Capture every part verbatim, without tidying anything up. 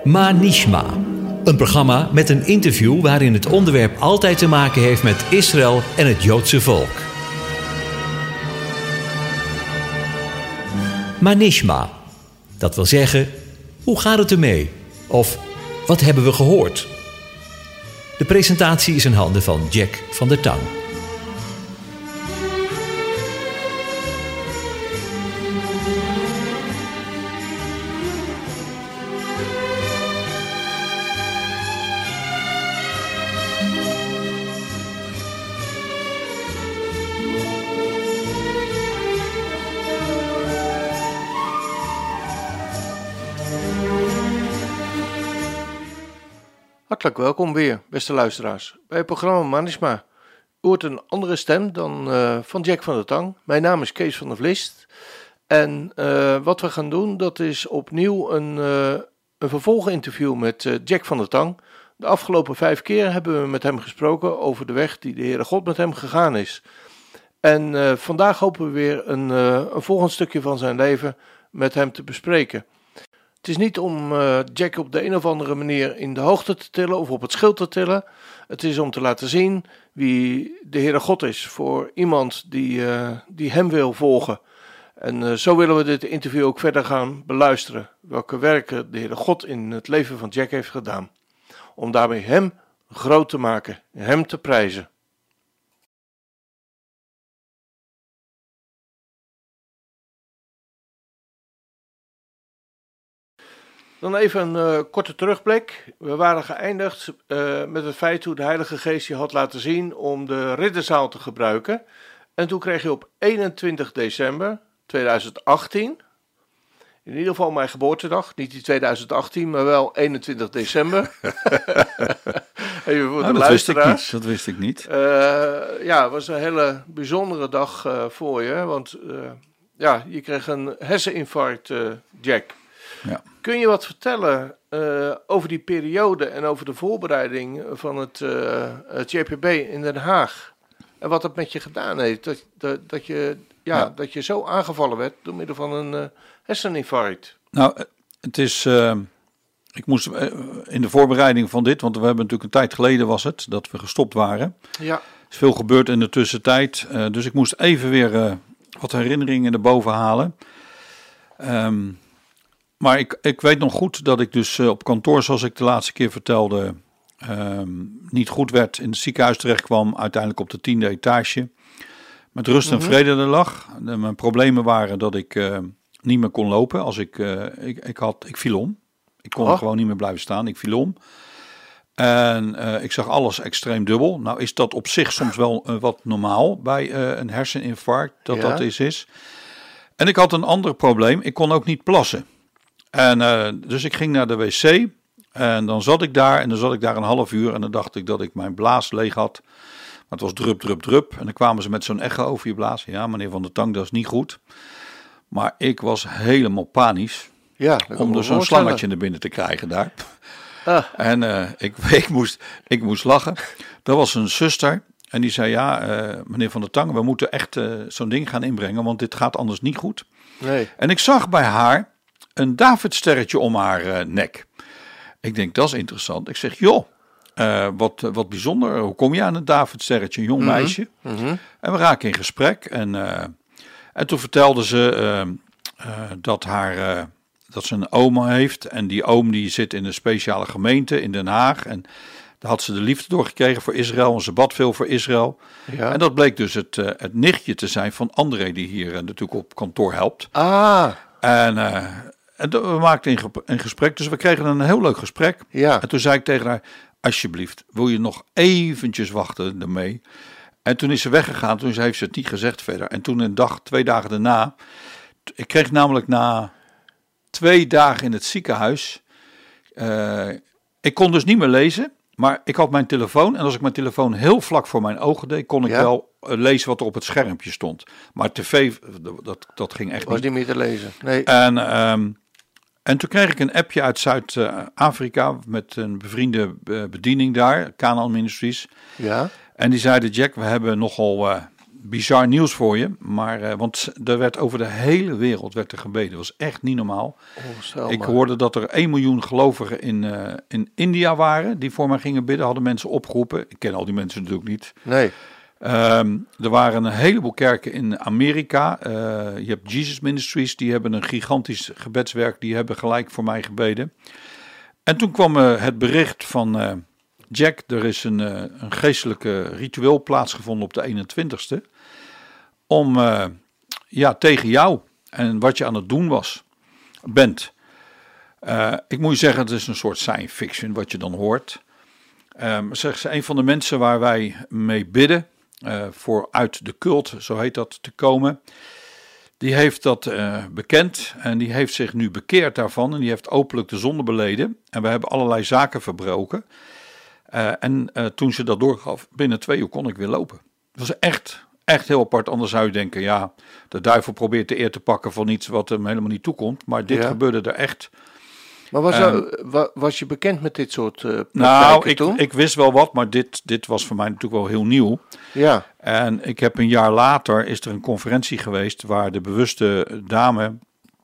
Ma-Nishma, een programma met een interview waarin het onderwerp altijd te maken heeft met Israël en het Joodse volk. Ma-Nishma, dat wil zeggen, hoe gaat het ermee? Of wat hebben we gehoord? De presentatie is in handen van Jack van der Tang. Hartelijk welkom weer, beste luisteraars, bij het programma Ma-Nishma. U hoort een andere stem dan uh, van Jack van der Tang. Mijn naam is Kees van der Vlist. En uh, wat we gaan doen, dat is opnieuw een, uh, een vervolginterview met uh, Jack van der Tang. De afgelopen vijf keer hebben we met hem gesproken over de weg die de Heere God met hem gegaan is. En uh, vandaag hopen we weer een, uh, een volgend stukje van zijn leven met hem te bespreken. Het is niet om uh, Jack op de een of andere manier in de hoogte te tillen of op het schild te tillen. Het is om te laten zien wie de Heere God is voor iemand die, uh, die hem wil volgen. En uh, zo willen we dit interview ook verder gaan beluisteren. Welke werken de Heere God in het leven van Jack heeft gedaan. Om daarmee hem groot te maken, hem te prijzen. Dan even een uh, korte terugblik. We waren geëindigd uh, met het feit hoe de Heilige Geest je had laten zien om de ridderzaal te gebruiken. En toen kreeg je op eenentwintig december tweeduizend achttien, in ieder geval mijn geboortedag, niet die tweeduizend achttien, maar wel eenentwintig december. Even voor nou, de dat luisteraars. Wist ik niet, dat wist ik niet. Uh, ja, het was een hele bijzondere dag uh, voor je, want uh, ja, je kreeg een herseninfarct, uh, Jack. Ja. Kun je wat vertellen uh, over die periode en over de voorbereiding van het, uh, het J P B in Den Haag? En wat het met je gedaan heeft, dat, dat, dat, je, ja, ja. dat je zo aangevallen werd door middel van een uh, herseninfarct. Nou, het is, uh, ik moest uh, in de voorbereiding van dit, want we hebben natuurlijk een tijd geleden was het, dat we gestopt waren. Ja. Er is veel gebeurd in de tussentijd, uh, dus ik moest even weer uh, wat herinneringen erboven halen. Um, Maar ik, ik weet nog goed dat ik dus uh, op kantoor, zoals ik de laatste keer vertelde, um, niet goed werd, in het ziekenhuis terecht kwam, uiteindelijk op de tiende etage. Met rust en mm-hmm. vrede er lag. De, mijn problemen waren dat ik uh, niet meer kon lopen. Als ik, uh, ik, ik, had, ik viel om. Ik kon oh. gewoon niet meer blijven staan. Ik viel om. En uh, ik zag alles extreem dubbel. Nou is dat op zich soms wel uh, wat normaal bij uh, een herseninfarct, dat ja. dat is, is. En ik had een ander probleem. Ik kon ook niet plassen. En uh, dus ik ging naar de wc en dan zat ik daar en dan zat ik daar een half uur en dan dacht ik dat ik mijn blaas leeg had. Maar het was drup, drup, drup. En dan kwamen ze met zo'n echo over je blaas. Ja, meneer Van der Tang, dat is niet goed. Maar ik was helemaal panisch ja, om er zo'n slangetje naar binnen te krijgen daar. Ah. En uh, ik, ik, moest, ik moest lachen. Er was een zuster en die zei, ja, uh, meneer Van der Tang, we moeten echt uh, zo'n ding gaan inbrengen, want dit gaat anders niet goed. Nee. En ik zag bij haar een Davidsterretje om haar uh, nek. Ik denk, dat is interessant. Ik zeg, joh, uh, wat, wat bijzonder. Hoe kom je aan een Davidsterretje, een jong mm-hmm. meisje? Mm-hmm. En we raken in gesprek. En, uh, en toen vertelde ze uh, uh, dat, haar, uh, dat ze een oom heeft. En die oom die zit in een speciale gemeente in Den Haag. En daar had ze de liefde doorgekregen voor Israël. En ze bad veel voor Israël. Ja. En dat bleek dus het, uh, het nichtje te zijn van André, die hier uh, natuurlijk op kantoor helpt. Ah. En... Uh, En we maakten een gesprek, dus we kregen een heel leuk gesprek. Ja. En toen zei ik tegen haar, alsjeblieft, wil je nog eventjes wachten daarmee? En toen is ze weggegaan, toen heeft ze het niet gezegd verder. En toen een dag, twee dagen daarna, ik kreeg namelijk na twee dagen in het ziekenhuis, uh, ik kon dus niet meer lezen, maar ik had mijn telefoon. En als ik mijn telefoon heel vlak voor mijn ogen deed, kon ik ja. wel uh, lezen wat er op het schermpje stond. Maar tv, dat, dat ging echt was niet. niet meer te lezen, nee. En... Um, En toen kreeg ik een appje uit Zuid-Afrika met een bevriende bediening daar, Canaan Ministries. Ja. En die zeiden, Jack, we hebben nogal uh, bizar nieuws voor je. Maar, uh, want er werd over de hele wereld werd er gebeden. Dat was echt niet normaal. Oh, ik hoorde dat er één miljoen gelovigen in, uh, in India waren. Die voor mij gingen bidden. Hadden mensen opgeroepen. Ik ken al die mensen natuurlijk niet. Nee. Um, er waren een heleboel kerken in Amerika. Uh, je hebt Jesus Ministries. Die hebben een gigantisch gebedswerk. Die hebben gelijk voor mij gebeden. En toen kwam uh, het bericht van... Uh, Jack, er is een, uh, een geestelijke ritueel plaatsgevonden op de eenentwintigste. Om, uh, ja, tegen jou en wat je aan het doen was, bent. Uh, ik moet je zeggen, het is een soort science fiction wat je dan hoort. Um, zeg ze, een van de mensen waar wij mee bidden, uh, voor uit de cult, zo heet dat, te komen. Die heeft dat uh, bekend en die heeft zich nu bekeerd daarvan. En die heeft openlijk de zonde beleden. En we hebben allerlei zaken verbroken. Uh, en uh, toen ze dat doorgaf, binnen twee uur kon ik weer lopen. Dat was echt, echt heel apart. Anders zou je denken, ja, de duivel probeert de eer te pakken van iets wat hem helemaal niet toekomt. Maar dit ja. gebeurde er echt. Maar was, um, er, was je bekend met dit soort uh, nou, ik, toen? ik wist wel wat, maar dit, dit was voor mij natuurlijk wel heel nieuw. Ja. En ik heb een jaar later, is er een conferentie geweest waar de bewuste dame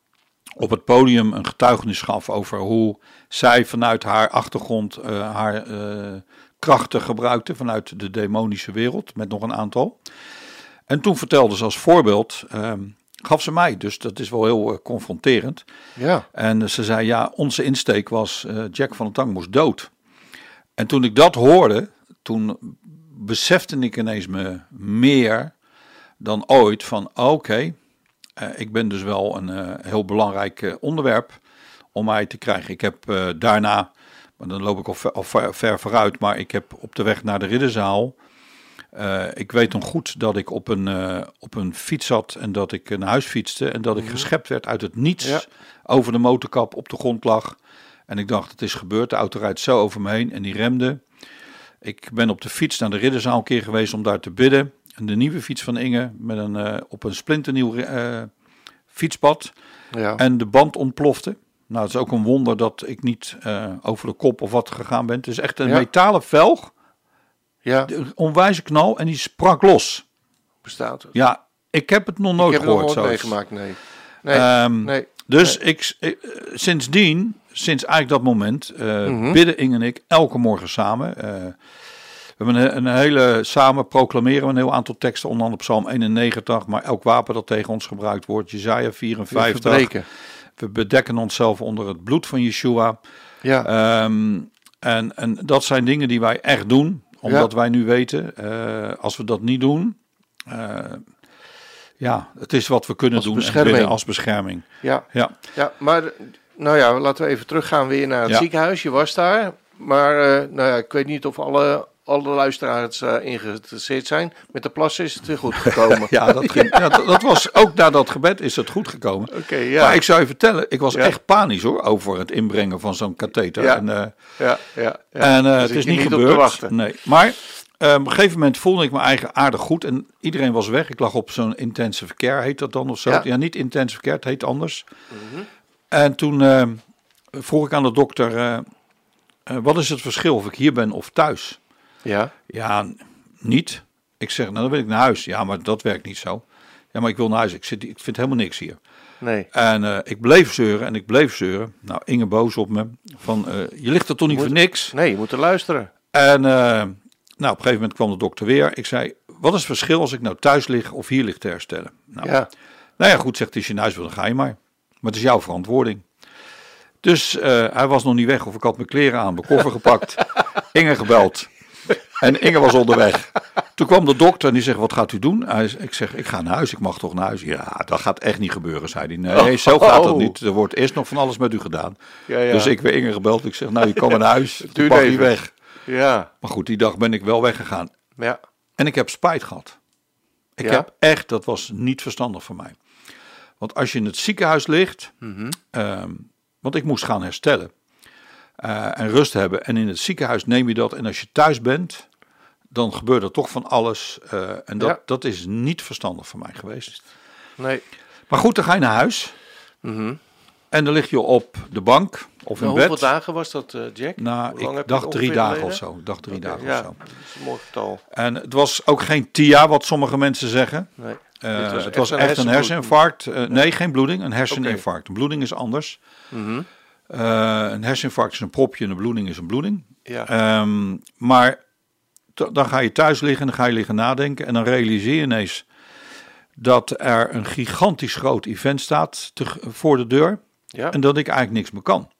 op het podium een getuigenis gaf over hoe zij vanuit haar achtergrond uh, haar uh, krachten gebruikte vanuit de demonische wereld met nog een aantal. En toen vertelde ze als voorbeeld, uh, gaf ze mij, dus dat is wel heel uh, confronterend. Ja. En uh, ze zei, ja, onze insteek was uh, Jack van der Tang moest dood. En toen ik dat hoorde, toen besefte ik ineens me meer dan ooit van oké, okay, uh, ik ben dus wel een uh, heel belangrijk uh, onderwerp om mij te krijgen. Ik heb uh, daarna, maar dan loop ik al ver, al ver, ver vooruit, maar ik heb op de weg naar de Ridderzaal, uh, ik weet nog goed dat ik op een, uh, op een fiets zat en dat ik naar huis fietste en dat ik geschept werd uit het niets, ja. over de motorkap op de grond lag. En ik dacht, het is gebeurd, de auto rijdt zo over me heen en die remde. Ik ben op de fiets naar de Ridderzaal een keer geweest om daar te bidden. En de nieuwe fiets van Inge met een, uh, op een splinternieuw uh, fietspad. Ja. En de band ontplofte. Nou, het is ook een wonder dat ik niet uh, over de kop of wat gegaan ben. Het is echt een ja. metalen velg. Ja. Een onwijze knal en die sprak los. Bestaat het? Ja, ik heb het nog nooit ik heb gehoord. Ik heb het nog nooit meegemaakt, nee. Nee, um, nee. Dus nee. Ik, ik, sindsdien, sinds eigenlijk dat moment, uh, mm-hmm. bidden Inge en ik elke morgen samen. Uh, we hebben een, een hele, samen proclameren we een heel aantal teksten, onder andere Psalm eenennegentig, maar elk wapen dat tegen ons gebruikt wordt, Jesaja vierenvijftig. We bedekken onszelf onder het bloed van Yeshua. Ja. Um, en, en dat zijn dingen die wij echt doen, omdat ja. wij nu weten, uh, als we dat niet doen, uh, ja, het is wat we kunnen als doen bescherming. Binnen als bescherming. Ja. Ja. ja, maar nou ja, laten we even teruggaan weer naar het ja. ziekenhuis. Je was daar, maar uh, nou ja, ik weet niet of alle, alle luisteraars uh, geïnteresseerd zijn. Met de plassen is het goed gekomen. ja, dat ging, ja, dat, dat was ook na dat gebed is het goed gekomen. Okay, ja. Maar ik zou je vertellen, ik was ja. echt panisch hoor, over het inbrengen van zo'n katheter. Ja. En, uh, ja, ja, ja. en uh, dus het is niet, niet gebeurd. Nee, maar Uh, op een gegeven moment voelde ik me eigen aardig goed en iedereen was weg. Ik lag op zo'n intensive care, heet dat dan of zo? Ja, ja niet intensive care, het heet anders. Mm-hmm. En toen uh, vroeg ik aan de dokter, uh, uh, wat is het verschil of ik hier ben of thuis? Ja. Ja, niet. Ik zeg, nou dan wil ik naar huis. Ja, maar dat werkt niet zo. Ja, maar ik wil naar huis. Ik, zit, ik vind helemaal niks hier. Nee. En uh, ik bleef zeuren en ik bleef zeuren. Nou, Inge boos op me. Van, uh, je ligt er toch niet moet, voor niks? Nee, je moet er luisteren. En uh, nou, op een gegeven moment kwam de dokter weer. Ik zei, wat is het verschil als ik nou thuis lig of hier lig te herstellen? Nou ja, nou ja goed, zegt hij, als je naar huis wil, dan ga je maar. Maar het is jouw verantwoording. Dus uh, hij was nog niet weg of ik had mijn kleren aan, mijn koffer gepakt. Inge gebeld. En Inge was onderweg. Toen kwam de dokter en die zegt, wat gaat u doen? Hij, ik zeg, ik ga naar huis, ik mag toch naar huis? Ja, dat gaat echt niet gebeuren, zei hij. Nee, zo gaat het niet. Er wordt eerst nog van alles met u gedaan. Ja, ja. Dus ik weer Inge gebeld. Ik zeg, nou, je kan maar naar huis. Ik mag niet weg. Ja. Maar goed, die dag ben ik wel weggegaan. Ja. En ik heb spijt gehad. Ik ja. heb echt, dat was niet verstandig voor mij. Want als je in het ziekenhuis ligt, mm-hmm. um, want ik moest gaan herstellen uh, en rust hebben. En in het ziekenhuis neem je dat. En als je thuis bent, dan gebeurt er toch van alles. Uh, en dat, ja. dat is niet verstandig voor mij geweest. Nee. Maar goed, dan ga je naar huis. Mm-hmm. en dan lig je op de bank of in nou, bed. Hoeveel dagen was dat, uh, Jack? Nou, ik dacht drie dagen of zo. Ik dacht drie okay, dagen ja, of zo. Dat is een mooi getal. En het was ook geen T I A, wat sommige mensen zeggen. Nee. Uh, was het was echt een herseninfarct. Uh, nee. nee, geen bloeding. Een herseninfarct. Okay. Een bloeding is anders. Mm-hmm. Uh, een herseninfarct is een propje en een bloeding is een bloeding. Ja. Um, maar t- dan ga je thuis liggen en dan ga je liggen nadenken. En dan realiseer je ineens dat er een gigantisch groot event staat te, voor de deur. Ja. En dat ik eigenlijk niks meer kan.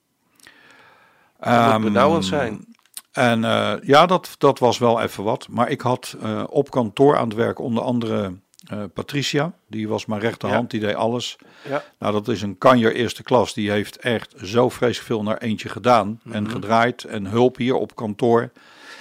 Dat moet um, benauwend zijn. En uh, ja, dat, dat was wel even wat. Maar ik had uh, op kantoor aan het werk onder andere uh, Patricia. Die was mijn rechterhand, ja. Die deed alles. Ja. Nou, dat is een kanjer eerste klas. Die heeft echt zo vreselijk veel naar eentje gedaan. Mm-hmm. En gedraaid. En hulp hier op kantoor.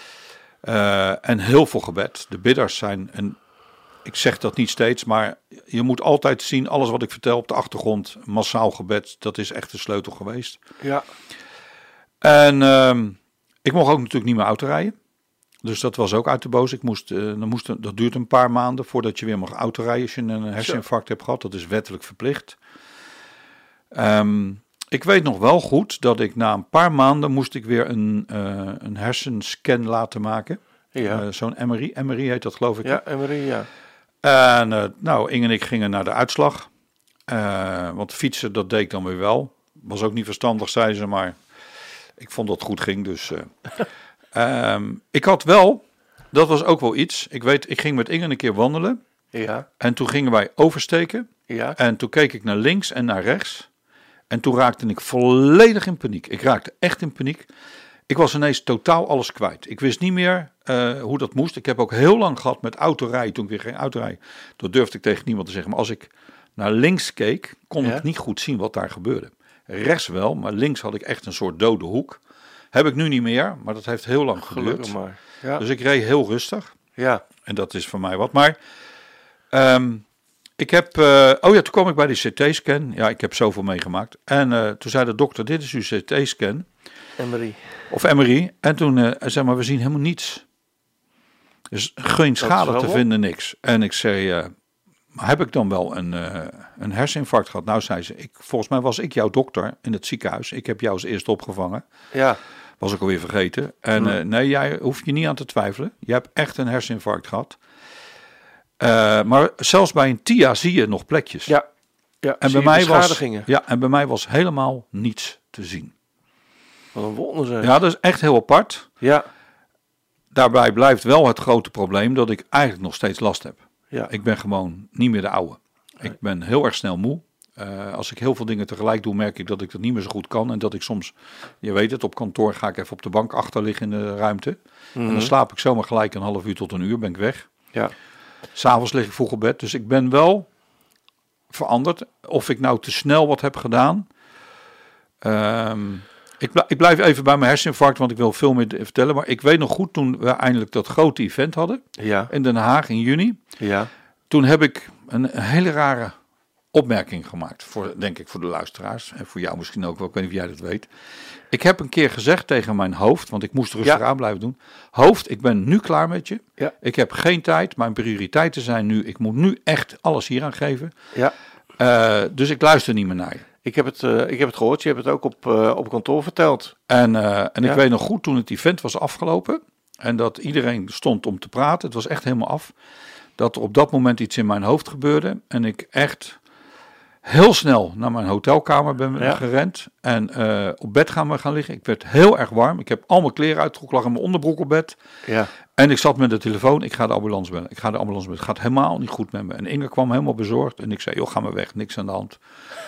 Uh, en heel veel gebed. De bidders zijn... En ik zeg dat niet steeds, maar je moet altijd zien... alles wat ik vertel op de achtergrond, massaal gebed... dat is echt de sleutel geweest. Ja. En... Uh, Ik mocht ook natuurlijk niet meer auto rijden. Dus dat was ook uit de boos. Ik moest, uh, dan moest, dat duurt een paar maanden voordat je weer mag autorijden als je een herseninfarct hebt gehad. Dat is wettelijk verplicht. Um, ik weet nog wel goed dat ik na een paar maanden moest ik weer een, uh, een hersenscan laten maken. Ja. Uh, zo'n M R I. M R I heet dat, geloof ik. Ja, M R I, ja. En uh, nou, Inge en ik gingen naar de uitslag. Uh, want fietsen, dat deed ik dan weer wel. Was ook niet verstandig, zei ze, maar... Ik vond dat het goed ging, dus... Uh, um, ik had wel, dat was ook wel iets. Ik weet, ik ging met Inge een keer wandelen. Ja. En toen gingen wij oversteken. Ja. En toen keek ik naar links en naar rechts. En toen raakte ik volledig in paniek. Ik raakte echt in paniek. Ik was ineens totaal alles kwijt. Ik wist niet meer uh, hoe dat moest. Ik heb ook heel lang gehad met autorijden. Toen ik weer geen autorijden. Dat durfde ik tegen niemand te zeggen. Maar als ik naar links keek, kon ja. ik niet goed zien wat daar gebeurde. Rechts wel, maar links had ik echt een soort dode hoek. Heb ik nu niet meer, maar dat heeft heel lang geduurd. Maar. Ja. Dus ik reed heel rustig. Ja. En dat is voor mij wat. Maar um, ik heb... Uh, oh ja, toen kwam ik bij de C T-scan. Ja, ik heb zoveel meegemaakt. En uh, toen zei de dokter, dit is uw C T-scan. M R I. Of M R I. En toen uh, zei maar, we zien helemaal niets. Dus geen schade te vinden, niks. En ik zei... Uh, heb ik dan wel een, uh, een herseninfarct gehad? Nou, zei ze, ik, volgens mij was ik jouw dokter in het ziekenhuis. Ik heb jou als eerste opgevangen. Ja. Was ik alweer vergeten. En hmm. uh, nee, jij hoeft je niet aan te twijfelen. Je hebt echt een herseninfarct gehad. Uh, maar zelfs bij een T I A zie je nog plekjes. Ja. Ja, en bij mij was, ja, en bij mij was helemaal niets te zien. Wat een wonder zeg. Ja, dat is echt heel apart. Ja. Daarbij blijft wel het grote probleem dat ik eigenlijk nog steeds last heb. Ja. Ik ben gewoon niet meer de oude. Nee. Ik ben heel erg snel moe. Uh, als ik heel veel dingen tegelijk doe, merk ik dat ik dat niet meer zo goed kan. En dat ik soms, je weet het, op kantoor ga ik even op de bank achter liggen in de ruimte. Mm-hmm. En dan slaap ik zomaar gelijk een half uur tot een uur, ben ik weg. Ja. 'S'avonds lig ik vroeg op bed. Dus ik ben wel veranderd. Of ik nou te snel wat heb gedaan. Um, ik, bl- ik blijf even bij mijn herseninfarct, want ik wil veel meer vertellen. Maar ik weet nog goed toen we eindelijk dat grote event hadden. Ja. In Den Haag in juni. Ja. Toen heb ik een, een hele rare opmerking gemaakt. Voor, denk ik voor de luisteraars. En voor jou misschien ook wel. Ik weet niet of jij dat weet. Ik heb een keer gezegd tegen mijn hoofd. Want ik moest rustig ja. aan blijven doen. Hoofd, ik ben nu klaar met je. Ja. Ik heb geen tijd. Mijn prioriteiten zijn nu. Ik moet nu echt alles hier aan geven. Ja. Uh, dus ik luister niet meer naar je. Ik heb het, uh, ik heb het gehoord. Je hebt het ook op, uh, op kantoor verteld. En, uh, en ja. ik weet nog goed toen het event was afgelopen. En dat iedereen stond om te praten. Het was echt helemaal af. Dat er op dat moment iets in mijn hoofd gebeurde. En ik echt heel snel naar mijn hotelkamer ben ja. gerend. En uh, op bed gaan, gaan liggen. Ik werd heel erg warm. Ik heb al mijn kleren uitgetrokken. Lag in mijn onderbroek op bed. Ja. En ik zat met de telefoon. Ik ga de ambulance bellen. Ik ga de ambulance bellen. Het gaat helemaal niet goed met me. En Inge kwam helemaal bezorgd. En ik zei, joh, ga maar weg. Niks aan de hand.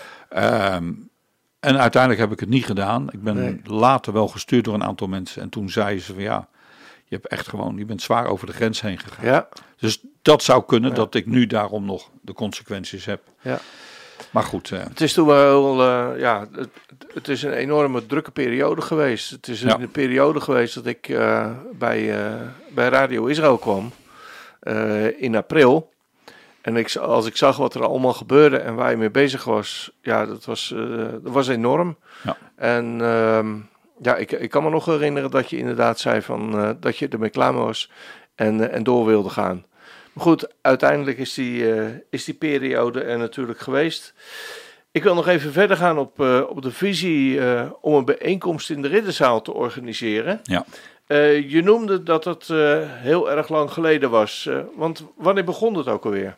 Um, en uiteindelijk heb ik het niet gedaan. Ik ben nee. later wel gestuurd door een aantal mensen. En toen zeiden ze van ja, je hebt echt gewoon, je bent zwaar over de grens heen gegaan. Ja. Dus dat zou kunnen, ja. dat ik nu daarom nog de consequenties heb. Ja. Maar goed. Uh, het is toen wel, uh, ja, het, het is een enorme drukke periode geweest. Het is een ja. periode geweest dat ik uh, bij, uh, bij Radio Israël kwam uh, in april. En ik, als ik zag wat er allemaal gebeurde en waar je mee bezig was, ja, dat was, uh, dat was enorm. Ja. En uh, ja, ik, ik kan me nog herinneren dat je inderdaad zei van, uh, dat je ermee klaar was en, uh, en door wilde gaan. Maar goed, uiteindelijk is die, uh, is die periode er natuurlijk geweest. Ik wil nog even verder gaan op, uh, op de visie uh, om een bijeenkomst in de Ridderzaal te organiseren. Ja. Uh, je noemde dat het uh, heel erg lang geleden was. Uh, want wanneer begon het ook alweer?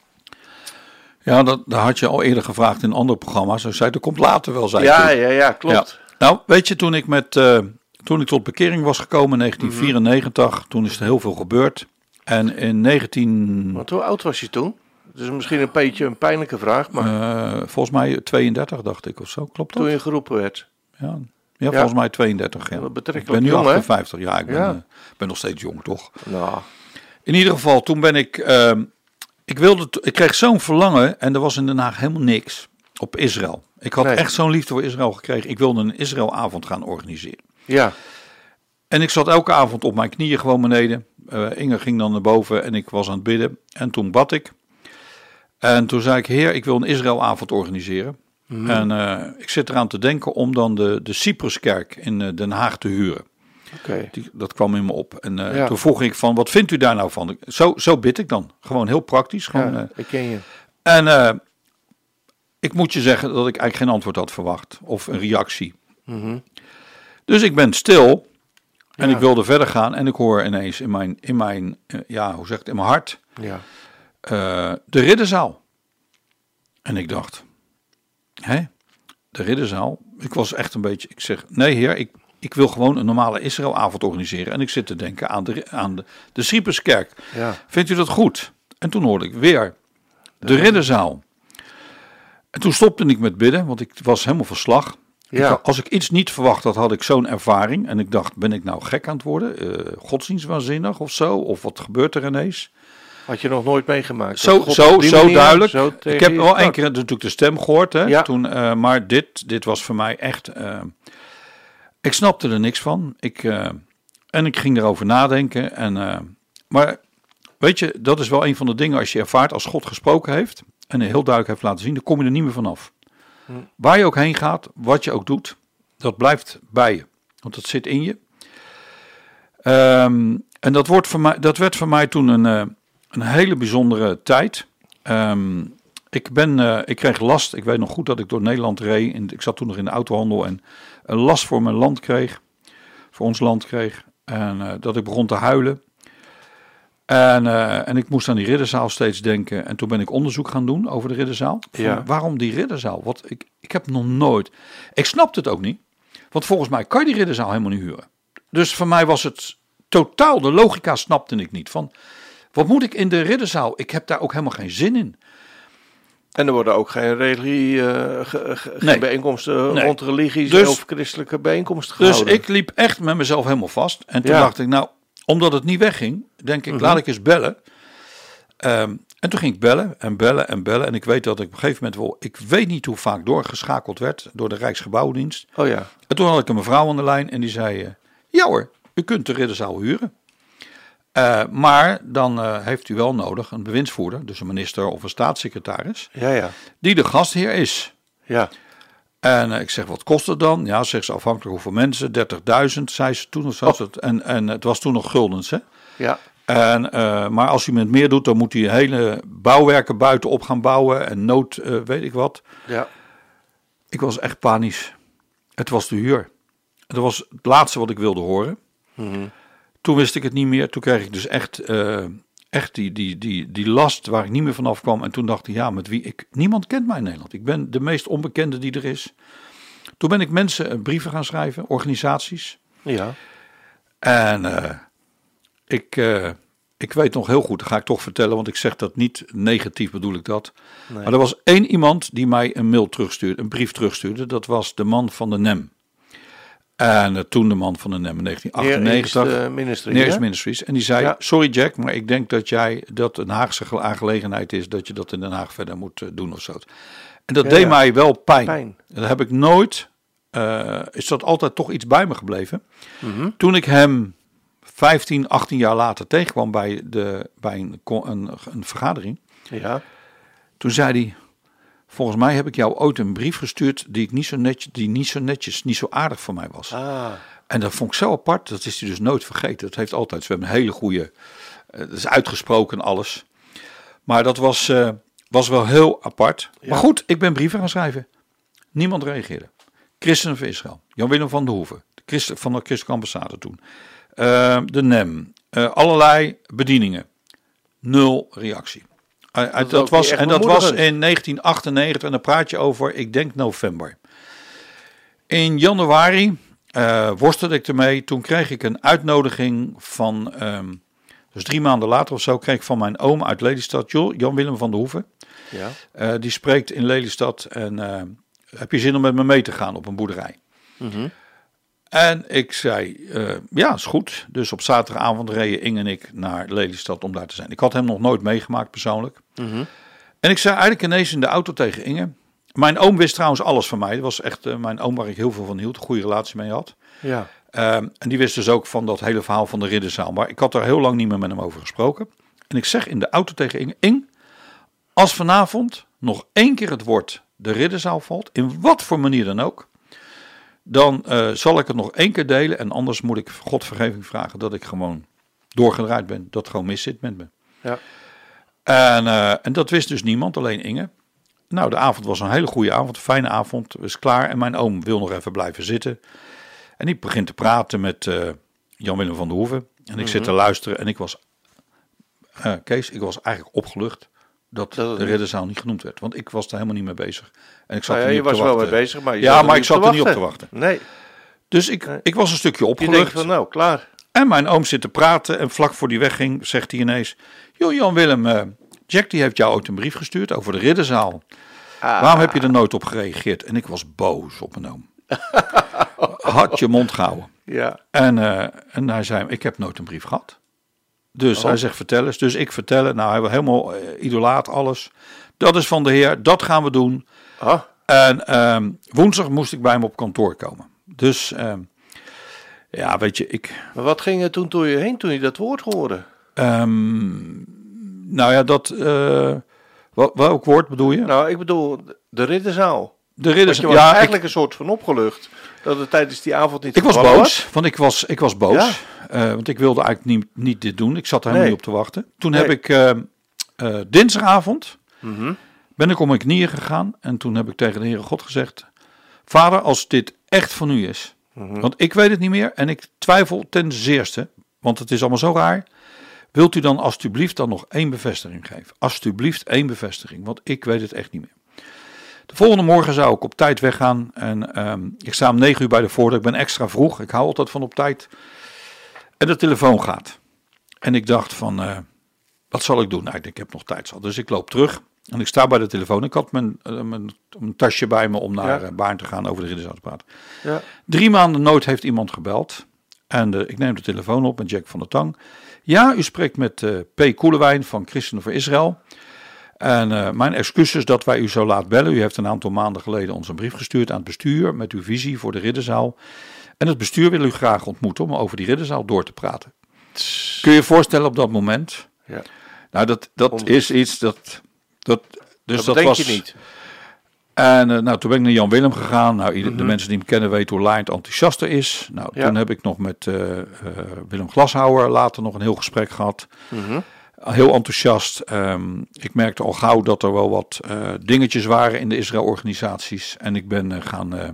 Ja, dat, dat had je al eerder gevraagd in andere programma's. Zo zei, dat komt later wel, zei ja, ik. Ja, ja, klopt. Ja. Nou, weet je, toen ik, met, uh, toen ik tot bekering was gekomen in negentien vierennegentig, mm-hmm. toen is er heel veel gebeurd. En in negentien... Want hoe oud was je toen? Dat is misschien een beetje een pijnlijke vraag, maar... Uh, volgens mij tweeëndertig, dacht ik, of zo. Klopt dat? Toen je geroepen werd. Ja, ja, ja. volgens mij tweeëndertig. Ja. Ik ben nu jong, achtenvijftig. Hè? Ja, ik ben, ja. Uh, ben nog steeds jong, toch? Nou. In ieder geval, toen ben ik... Uh, ik, wilde t- ik kreeg zo'n verlangen, en er was in Den Haag helemaal niks, op Israël. Ik had nee. echt zo'n liefde voor Israël gekregen. Ik wilde een Israëlavond gaan organiseren. Ja. En ik zat elke avond op mijn knieën gewoon beneden. Uh, Inge ging dan naar boven en ik was aan het bidden. En toen bad ik. En toen zei ik, Heer, ik wil een Israëlavond organiseren. Mm. En uh, ik zit eraan te denken om dan de, de Cypruskerk in uh, Den Haag te huren. Okay. Die, dat kwam in me op. En uh, ja. toen vroeg ik van, wat vindt u daar nou van? Zo, zo bid ik dan. Gewoon heel praktisch. Gewoon, ja, uh, ik ken je. En uh, ik moet je zeggen dat ik eigenlijk geen antwoord had verwacht. Of een reactie. Mm-hmm. Dus ik ben stil. En ja. ik wilde verder gaan. En ik hoor ineens in mijn, in mijn uh, ja, hoe zeg ik het, in mijn hart. Ja. Uh, de Ridderzaal. En ik dacht, hè, de Ridderzaal. Ik was echt een beetje, ik zeg, nee heer, ik, ik wil gewoon een normale Israëlavond organiseren. En ik zit te denken aan de, aan de, de Cypruskerk. Ja. Vindt u dat goed? En toen hoorde ik weer de Ridderzaal. En toen stopte ik met bidden, want ik was helemaal van slag. Ja. Ik, als ik iets niet verwacht had, had ik zo'n ervaring. En ik dacht, ben ik nou gek aan het worden? Uh, godsdienstwaanzinnig of zo? Of wat gebeurt er ineens? Had je nog nooit meegemaakt? Zo, zo, zo manier, duidelijk. Zo ik heb wel één keer natuurlijk de stem gehoord. Hè, ja. toen, uh, maar dit, dit was voor mij echt... Uh, ik snapte er niks van. Ik, uh, en ik ging erover nadenken. En, uh, maar weet je, dat is wel een van de dingen als je ervaart als God gesproken heeft. En heel duidelijk heeft laten zien, dan kom je er niet meer vanaf. Hm. Waar je ook heen gaat, wat je ook doet, dat blijft bij je. Want dat zit in je. Um, en dat, wordt voor mij, dat werd voor mij toen een... Uh, Een hele bijzondere tijd. Um, ik, ben, uh, ik kreeg last. Ik weet nog goed dat ik door Nederland reed. En ik zat toen nog in de autohandel. En een last voor mijn land kreeg. Voor ons land kreeg. En uh, dat ik begon te huilen. En, uh, en ik moest aan die Ridderzaal steeds denken. En toen ben ik onderzoek gaan doen over de Ridderzaal. Van, ja. Waarom die Ridderzaal? Wat, ik, ik heb nog nooit... Ik snapte het ook niet. Want volgens mij kan je die Ridderzaal helemaal niet huren. Dus voor mij was het totaal... De logica snapte ik niet. Van... Wat moet ik in de Ridderzaal? Ik heb daar ook helemaal geen zin in. En er worden ook geen religie, uh, ge, ge, nee. bijeenkomsten nee. rond religies dus, of christelijke bijeenkomsten gehouden. Dus ik liep echt met mezelf helemaal vast. En toen ja. dacht ik, nou, omdat het niet wegging, denk ik, mm-hmm. laat ik eens bellen. Um, en toen ging ik bellen en bellen en bellen. En ik weet dat ik op een gegeven moment wel, ik weet niet hoe vaak doorgeschakeld werd door de Rijksgebouwdienst. Oh ja. En toen had ik een mevrouw aan de lijn en die zei, uh, ja hoor, u kunt de Ridderzaal huren. Uh, maar dan uh, heeft u wel nodig een bewindsvoerder, dus een minister of een staatssecretaris, ja, ja. die de gastheer is. Ja. En uh, ik zeg, wat kost het dan? Ja, zegt ze, afhankelijk hoeveel mensen, dertigduizend, zei ze toen. Of zo. Oh. En, en het was toen nog guldens, hè? Ja. En, uh, maar als u met meer doet, dan moet u hele bouwwerken buitenop gaan bouwen en nood, uh, weet ik wat. Ja. Ik was echt panisch. Het was de huur. Het was het laatste wat ik wilde horen. Mm-hmm. Toen wist ik het niet meer. Toen kreeg ik dus echt, uh, echt die, die, die, die last waar ik niet meer vanaf kwam. En toen dacht ik, ja, met wie ik... Niemand kent mij in Nederland. Ik ben de meest onbekende die er is. Toen ben ik mensen brieven gaan schrijven, organisaties. Ja. En uh, ik, uh, ik weet nog heel goed, dat ga ik toch vertellen, want ik zeg dat niet negatief, bedoel ik dat. Nee. Maar er was één iemand die mij een mail terugstuurde, een brief terugstuurde. Dat was de man van de N E M. En uh, toen de man van de N E M in negentien achtennegentig. Near Ministry, Near Ministries. En die zei, ja. sorry Jack, maar ik denk dat jij dat een Haagse aangelegenheid is, dat je dat in Den Haag verder moet uh, doen of zo. En dat ja, deed ja. mij wel pijn. pijn. Dat heb ik nooit, uh, is dat altijd toch iets bij me gebleven. Mm-hmm. Toen ik hem vijftien, achttien jaar later tegenkwam bij, de, bij een, een, een vergadering. Ja. Toen zei hij, volgens mij heb ik jou ooit een brief gestuurd die ik niet zo netjes, die niet zo netjes, niet zo aardig voor mij was. Ah. En dat vond ik zo apart, dat is hij dus nooit vergeten. Dat heeft altijd, we hebben een hele goede, uh, dat is uitgesproken alles. Maar dat was, uh, was wel heel apart. Ja. Maar goed, ik ben brieven gaan schrijven. Niemand reageerde. Christenen van Israël. Jan-Willem van der Hoeven. De Christen, van de Christelijke ambassade toen. Uh, de N E M. Uh, allerlei bedieningen. Nul reactie. Uh, dat dat was, en dat was in negentien achtennegentig. En dan praat je over, ik denk november. In januari uh, worstelde ik ermee. Toen kreeg ik een uitnodiging van... Um, dus drie maanden later of zo kreeg ik van mijn oom uit Lelystad, Jan-Willem van der Hoeven. Ja. Uh, die spreekt in Lelystad en uh, heb je zin om met me mee te gaan op een boerderij? Mm-hmm. En ik zei, uh, ja, is goed. Dus op zaterdagavond reden Inge en ik naar Lelystad om daar te zijn. Ik had hem nog nooit meegemaakt persoonlijk. Mm-hmm. En ik zei eigenlijk ineens in de auto tegen Inge. Mijn oom wist trouwens alles van mij. Dat was echt uh, mijn oom waar ik heel veel van hield, een goede relatie mee had. Ja. Um, en die wist dus ook van dat hele verhaal van de ridderzaal. Maar ik had er heel lang niet meer met hem over gesproken. En ik zeg in de auto tegen Inge, Ing, als vanavond nog één keer het woord de ridderzaal valt, in wat voor manier dan ook, dan uh, zal ik het nog één keer delen. En anders moet ik God vergeving vragen dat ik gewoon doorgedraaid ben. Dat het gewoon mis zit met me. Ja. En, uh, en dat wist dus niemand, alleen Inge. Nou, de avond was een hele goede avond, een fijne avond. Het was klaar en mijn oom wil nog even blijven zitten. En ik begin te praten met uh, Jan-Willem van der Hoeven. En ik mm-hmm. zit te luisteren en ik was, uh, Kees, ik was eigenlijk opgelucht dat, dat de ridderzaal niet genoemd werd. Want ik was er helemaal niet mee bezig. En ik zat nou ja, er niet je op te was wachten. wel mee bezig, maar je ja, zat maar ik zat er niet op te wachten. wachten. Nee. Dus ik, nee. ik was een stukje opgelucht. Je denkt van nou, klaar. En mijn oom zit te praten en vlak voor die wegging zegt hij ineens, joh Jan-Willem, uh, Jack die heeft jou ooit een brief gestuurd over de ridderzaal. Ah. Waarom heb je er nooit op gereageerd? En ik was boos op mijn oom. Had je mond gehouden. Ja. En, uh, en hij zei, ik heb nooit een brief gehad. Dus oh. hij zegt, vertel eens. Dus ik vertellen. Nou, hij was helemaal uh, idolaat, alles. Dat is van de Heer, dat gaan we doen. Oh. En um, woensdag moest ik bij hem op kantoor komen. Dus, um, ja, weet je, ik... Maar wat ging er toen door je heen toen je dat woord hoorde? Um, nou ja, dat... Uh, wel, welk woord bedoel je? Nou, ik bedoel de ridderzaal. De ridderzaal, je was ja, eigenlijk ik, een soort van opgelucht. Dat het tijdens die avond niet ik was boos, was. want ik was, ik was boos. Ja. Uh, want ik wilde eigenlijk niet, niet dit doen. Ik zat er helemaal nee. niet op te wachten. Toen nee. heb ik uh, uh, dinsdagavond mm-hmm. ben ik om mijn knieën gegaan. En toen heb ik tegen de Heere God gezegd, Vader, als dit echt van u is. Mm-hmm. Want ik weet het niet meer en ik twijfel ten zeerste. Want het is allemaal zo raar. Wilt u dan alstublieft dan nog één bevestiging geven? Alstublieft één bevestiging, want ik weet het echt niet meer. De volgende morgen zou ik op tijd weggaan en um, ik sta om negen uur bij de voordeur. Ik ben extra vroeg, ik hou altijd van op tijd. En de telefoon gaat. En ik dacht van, uh, wat zal ik doen? Nou, ik denk, ik heb nog tijd. Dus ik loop terug en ik sta bij de telefoon. Ik had mijn, uh, mijn, mijn tasje bij me om naar ja. uh, Baarn te gaan over de ridderzaal te praten. Ja. Drie maanden nooit heeft iemand gebeld. En uh, ik neem de telefoon op met Jack van der Tang. Ja, u spreekt met uh, P. Koelewijn van Christenen voor Israël. En uh, mijn excuses dat wij u zo laat bellen. U heeft een aantal maanden geleden ons een brief gestuurd aan het bestuur met uw visie voor de ridderzaal. En het bestuur wil u graag ontmoeten om over die ridderzaal door te praten. Kun je je voorstellen op dat moment? Ja. Nou, dat, dat is iets dat... dat dus dat, dat denk was, je niet. En uh, nou, toen ben ik naar Jan-Willem gegaan. Nou, ieder, mm-hmm. de mensen die hem kennen weten hoe laaiend enthousiast er is. Nou, ja. toen heb ik nog met uh, uh, Willem Glashouwer later nog een heel gesprek gehad. Mm-hmm. Heel enthousiast. Um, ik merkte al gauw dat er wel wat uh, dingetjes waren in de Israël-organisaties. En ik ben uh, gaan... Uh,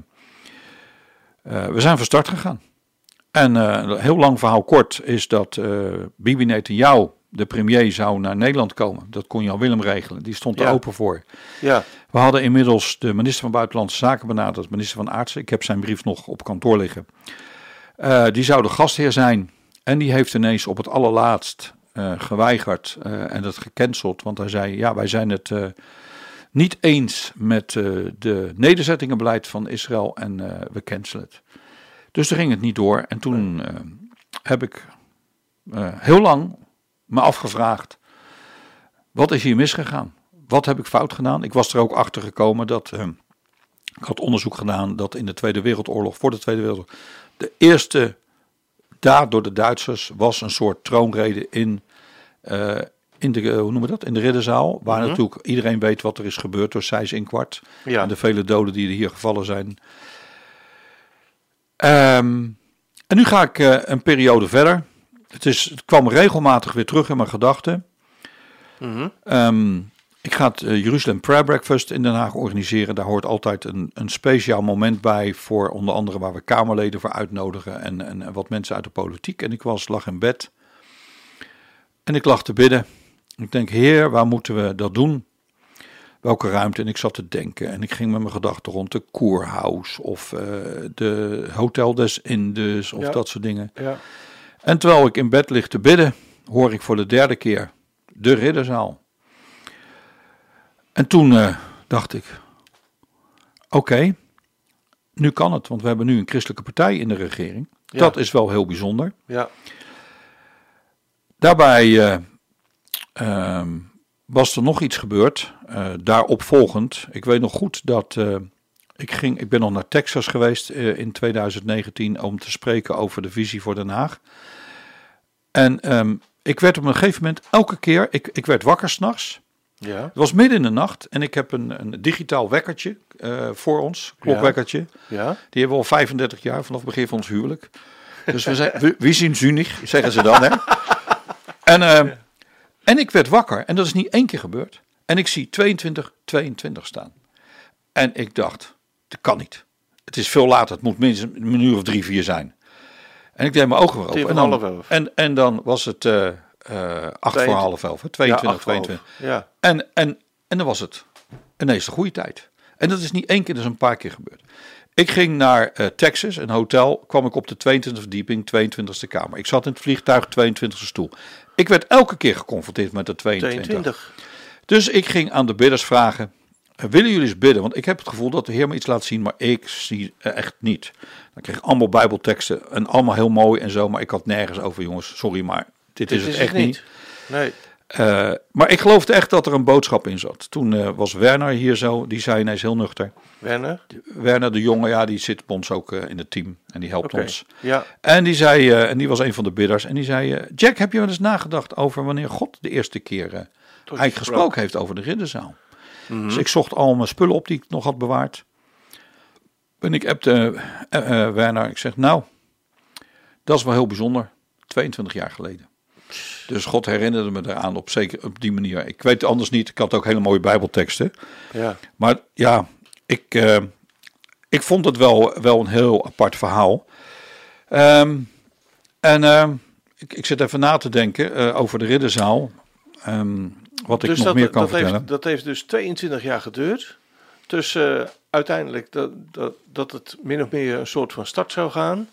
uh, we zijn van start gegaan. En uh, een heel lang verhaal kort is dat uh, Bibi Netanyahu, de premier, zou naar Nederland komen. Dat kon Jan-Willem regelen. Die stond er ja. open voor. Ja. We hadden inmiddels de minister van Buitenlandse Zaken benaderd, minister van Aartsen. Ik heb zijn brief nog op kantoor liggen. Uh, die zou de gastheer zijn. En die heeft ineens op het allerlaatst uh, geweigerd uh, en dat gecanceld. Want hij zei, ja, wij zijn het uh, niet eens met uh, de nederzettingenbeleid van Israël en uh, we cancelen het. Dus toen ging het niet door. En toen uh, heb ik uh, heel lang me afgevraagd, wat is hier misgegaan? Wat heb ik fout gedaan? Ik was er ook achter gekomen dat, uh, ik had onderzoek gedaan dat in de Tweede Wereldoorlog, voor de Tweede Wereldoorlog, de eerste daad door de Duitsers was een soort troonrede in, uh, in de, uh, hoe noemen we dat? In de Ridderzaal, waar mm-hmm. natuurlijk iedereen weet wat er is gebeurd door Seyss-Inquart. Ja. En de vele doden die er hier gevallen zijn. Um, en nu ga ik uh, een periode verder. Het, is, het kwam regelmatig weer terug in mijn gedachten. Mm-hmm. Um, ik ga het uh, Jeruzalem Prayer Breakfast in Den Haag organiseren. Daar hoort altijd een, een speciaal moment bij voor onder andere waar we Kamerleden voor uitnodigen en, en, en wat mensen uit de politiek. En ik was, lag in bed en ik lag te bidden. Ik denk, Heer, waar moeten we dat doen? Welke ruimte? En ik zat te denken en ik ging met mijn gedachten rond de Kurhaus of uh, de Hotel des Indes of ja. dat soort dingen. Ja. En terwijl ik in bed lig te bidden, hoor ik voor de derde keer de Ridderzaal. En toen uh, dacht ik, oké, okay, nu kan het, want we hebben nu een christelijke partij in de regering. Ja. Dat is wel heel bijzonder. Ja. Daarbij uh, uh, was er nog iets gebeurd, uh, daarop volgend. Ik weet nog goed dat uh, ik ging, ik ben nog naar Texas geweest uh, in twintig negentien om te spreken over de visie voor Den Haag. En um, ik werd op een gegeven moment elke keer, ik, ik werd wakker 's nachts. Ja. Het was midden in de nacht en ik heb een, een digitaal wekkertje uh, voor ons, klokwekkertje. Ja. Ja. Die hebben we al vijfendertig jaar vanaf het begin van ons huwelijk. Dus we zijn, we, we zien zunig, zeggen ze dan. Hè? En, uh, ja. en ik werd wakker en dat is niet één keer gebeurd. En ik zie tweeëntwintig tweeëntwintig staan. En ik dacht, dat kan niet. Het is veel later, het moet minstens een uur of drie, vier zijn. En ik deed mijn ogen weer open. En dan, en, en dan was het uh, uh, acht Twee, voor half elf, tweeëntwintig, ja, tweeëntwintig. Ja. En, en, en dan was het ineens de goede tijd. En dat is niet één keer, dat is een paar keer gebeurd. Ik ging naar uh, Texas, een hotel, kwam ik op de tweeëntwintigste verdieping, tweeëntwintigste kamer. Ik zat in het vliegtuig, tweeëntwintigste stoel. Ik werd elke keer geconfronteerd met de tweeëntwintig. tweeëntwintig. Dus ik ging aan de bidders vragen, uh, willen jullie eens bidden? Want ik heb het gevoel dat de Heer me iets laat zien, maar ik zie uh, echt niet. Dan kreeg ik allemaal bijbelteksten en allemaal heel mooi en zo, maar ik had nergens over, jongens, sorry, maar dit, dit is het is echt het niet. niet. Nee. Uh, maar ik geloofde echt dat er een boodschap in zat. Toen uh, was Werner hier zo, die zei ineens heel nuchter. Werner? Werner de jongen, ja, die zit bij ons ook uh, in het team en die helpt okay. ons. Ja. En die zei, uh, en die was een van de bidders, en die zei, uh, Jack, heb je wel eens nagedacht over wanneer God de eerste keer uh, eigenlijk gesproken heeft over de Ridderzaal? Mm-hmm. Dus ik zocht al mijn spullen op die ik nog had bewaard. En ik appte uh, uh, uh, Werner, ik zeg, nou, dat is wel heel bijzonder, tweeëntwintig jaar geleden. Dus God herinnerde me eraan op, zeker op die manier. Ik weet het anders niet. Ik had ook hele mooie bijbelteksten. Ja. Maar ja, ik, uh, ik vond het wel, wel een heel apart verhaal. Um, en uh, ik, ik zit even na te denken uh, over de Ridderzaal. Um, wat dus ik nog dat, meer kan dat vertellen. Heeft, dat heeft dus tweeëntwintig jaar geduurd. Dus uh, uiteindelijk dat, dat, dat het min of meer een soort van start zou gaan.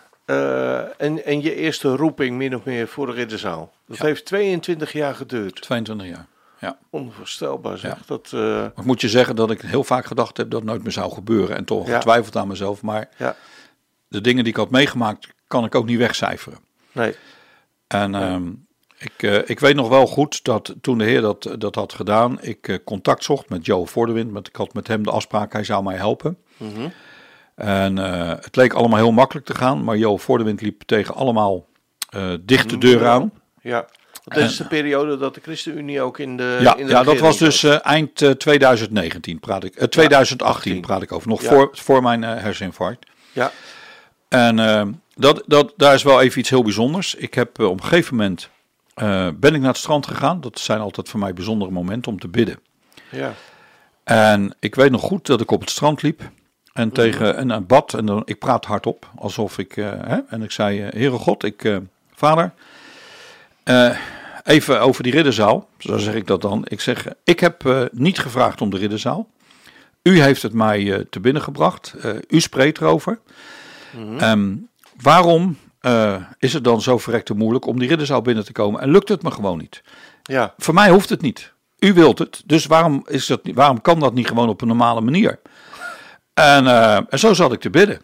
Uh, en, en je eerste roeping min of meer voor de Ridderzaal. Dat ja. heeft tweeëntwintig jaar geduurd. tweeëntwintig jaar, ja. Onvoorstelbaar zeg. Ja. Dat, uh... Ik moet je zeggen dat ik heel vaak gedacht heb dat het nooit meer zou gebeuren. En toch ja. getwijfeld aan mezelf. Maar ja. de dingen die ik had meegemaakt kan ik ook niet wegcijferen. Nee. En nee. Um, ik, uh, ik weet nog wel goed dat toen de Heer dat, dat had gedaan, ik uh, contact zocht met Joe Voordewind. Met, ik had met hem de afspraak, hij zou mij helpen. Mm-hmm. En uh, het leek allemaal heel makkelijk te gaan, maar Jo Voordewind liep tegen allemaal uh, dichte deuren aan. Ja, dat is de periode dat de ChristenUnie ook in de Ja, in de ja dat was dus uh, eind uh, twintig negentien, praat ik, uh, twintig achttien ja, praat ik over, nog ja. voor, voor mijn uh, herseninfarct. Ja. En uh, dat, dat, daar is wel even iets heel bijzonders. Ik heb uh, op een gegeven moment, uh, ben ik naar het strand gegaan. Dat zijn altijd voor mij bijzondere momenten om te bidden. Ja. En ik weet nog goed dat ik op het strand liep. En tegen een, een bad, en dan, ik praat hardop, alsof ik, uh, hè, en ik zei, uh, Heere God, ik, uh, vader, uh, even over die Ridderzaal, zo zeg ik dat dan. Ik zeg, ik heb uh, niet gevraagd om de Ridderzaal. U heeft het mij uh, te binnen gebracht, uh, u spreekt erover. Mm-hmm. Um, waarom uh, is het dan zo verrekte moeilijk om die Ridderzaal binnen te komen en lukt het me gewoon niet? Ja. Voor mij hoeft het niet. U wilt het, dus waarom, is dat, waarom kan dat niet gewoon op een normale manier? En, uh, en zo zat ik te bidden.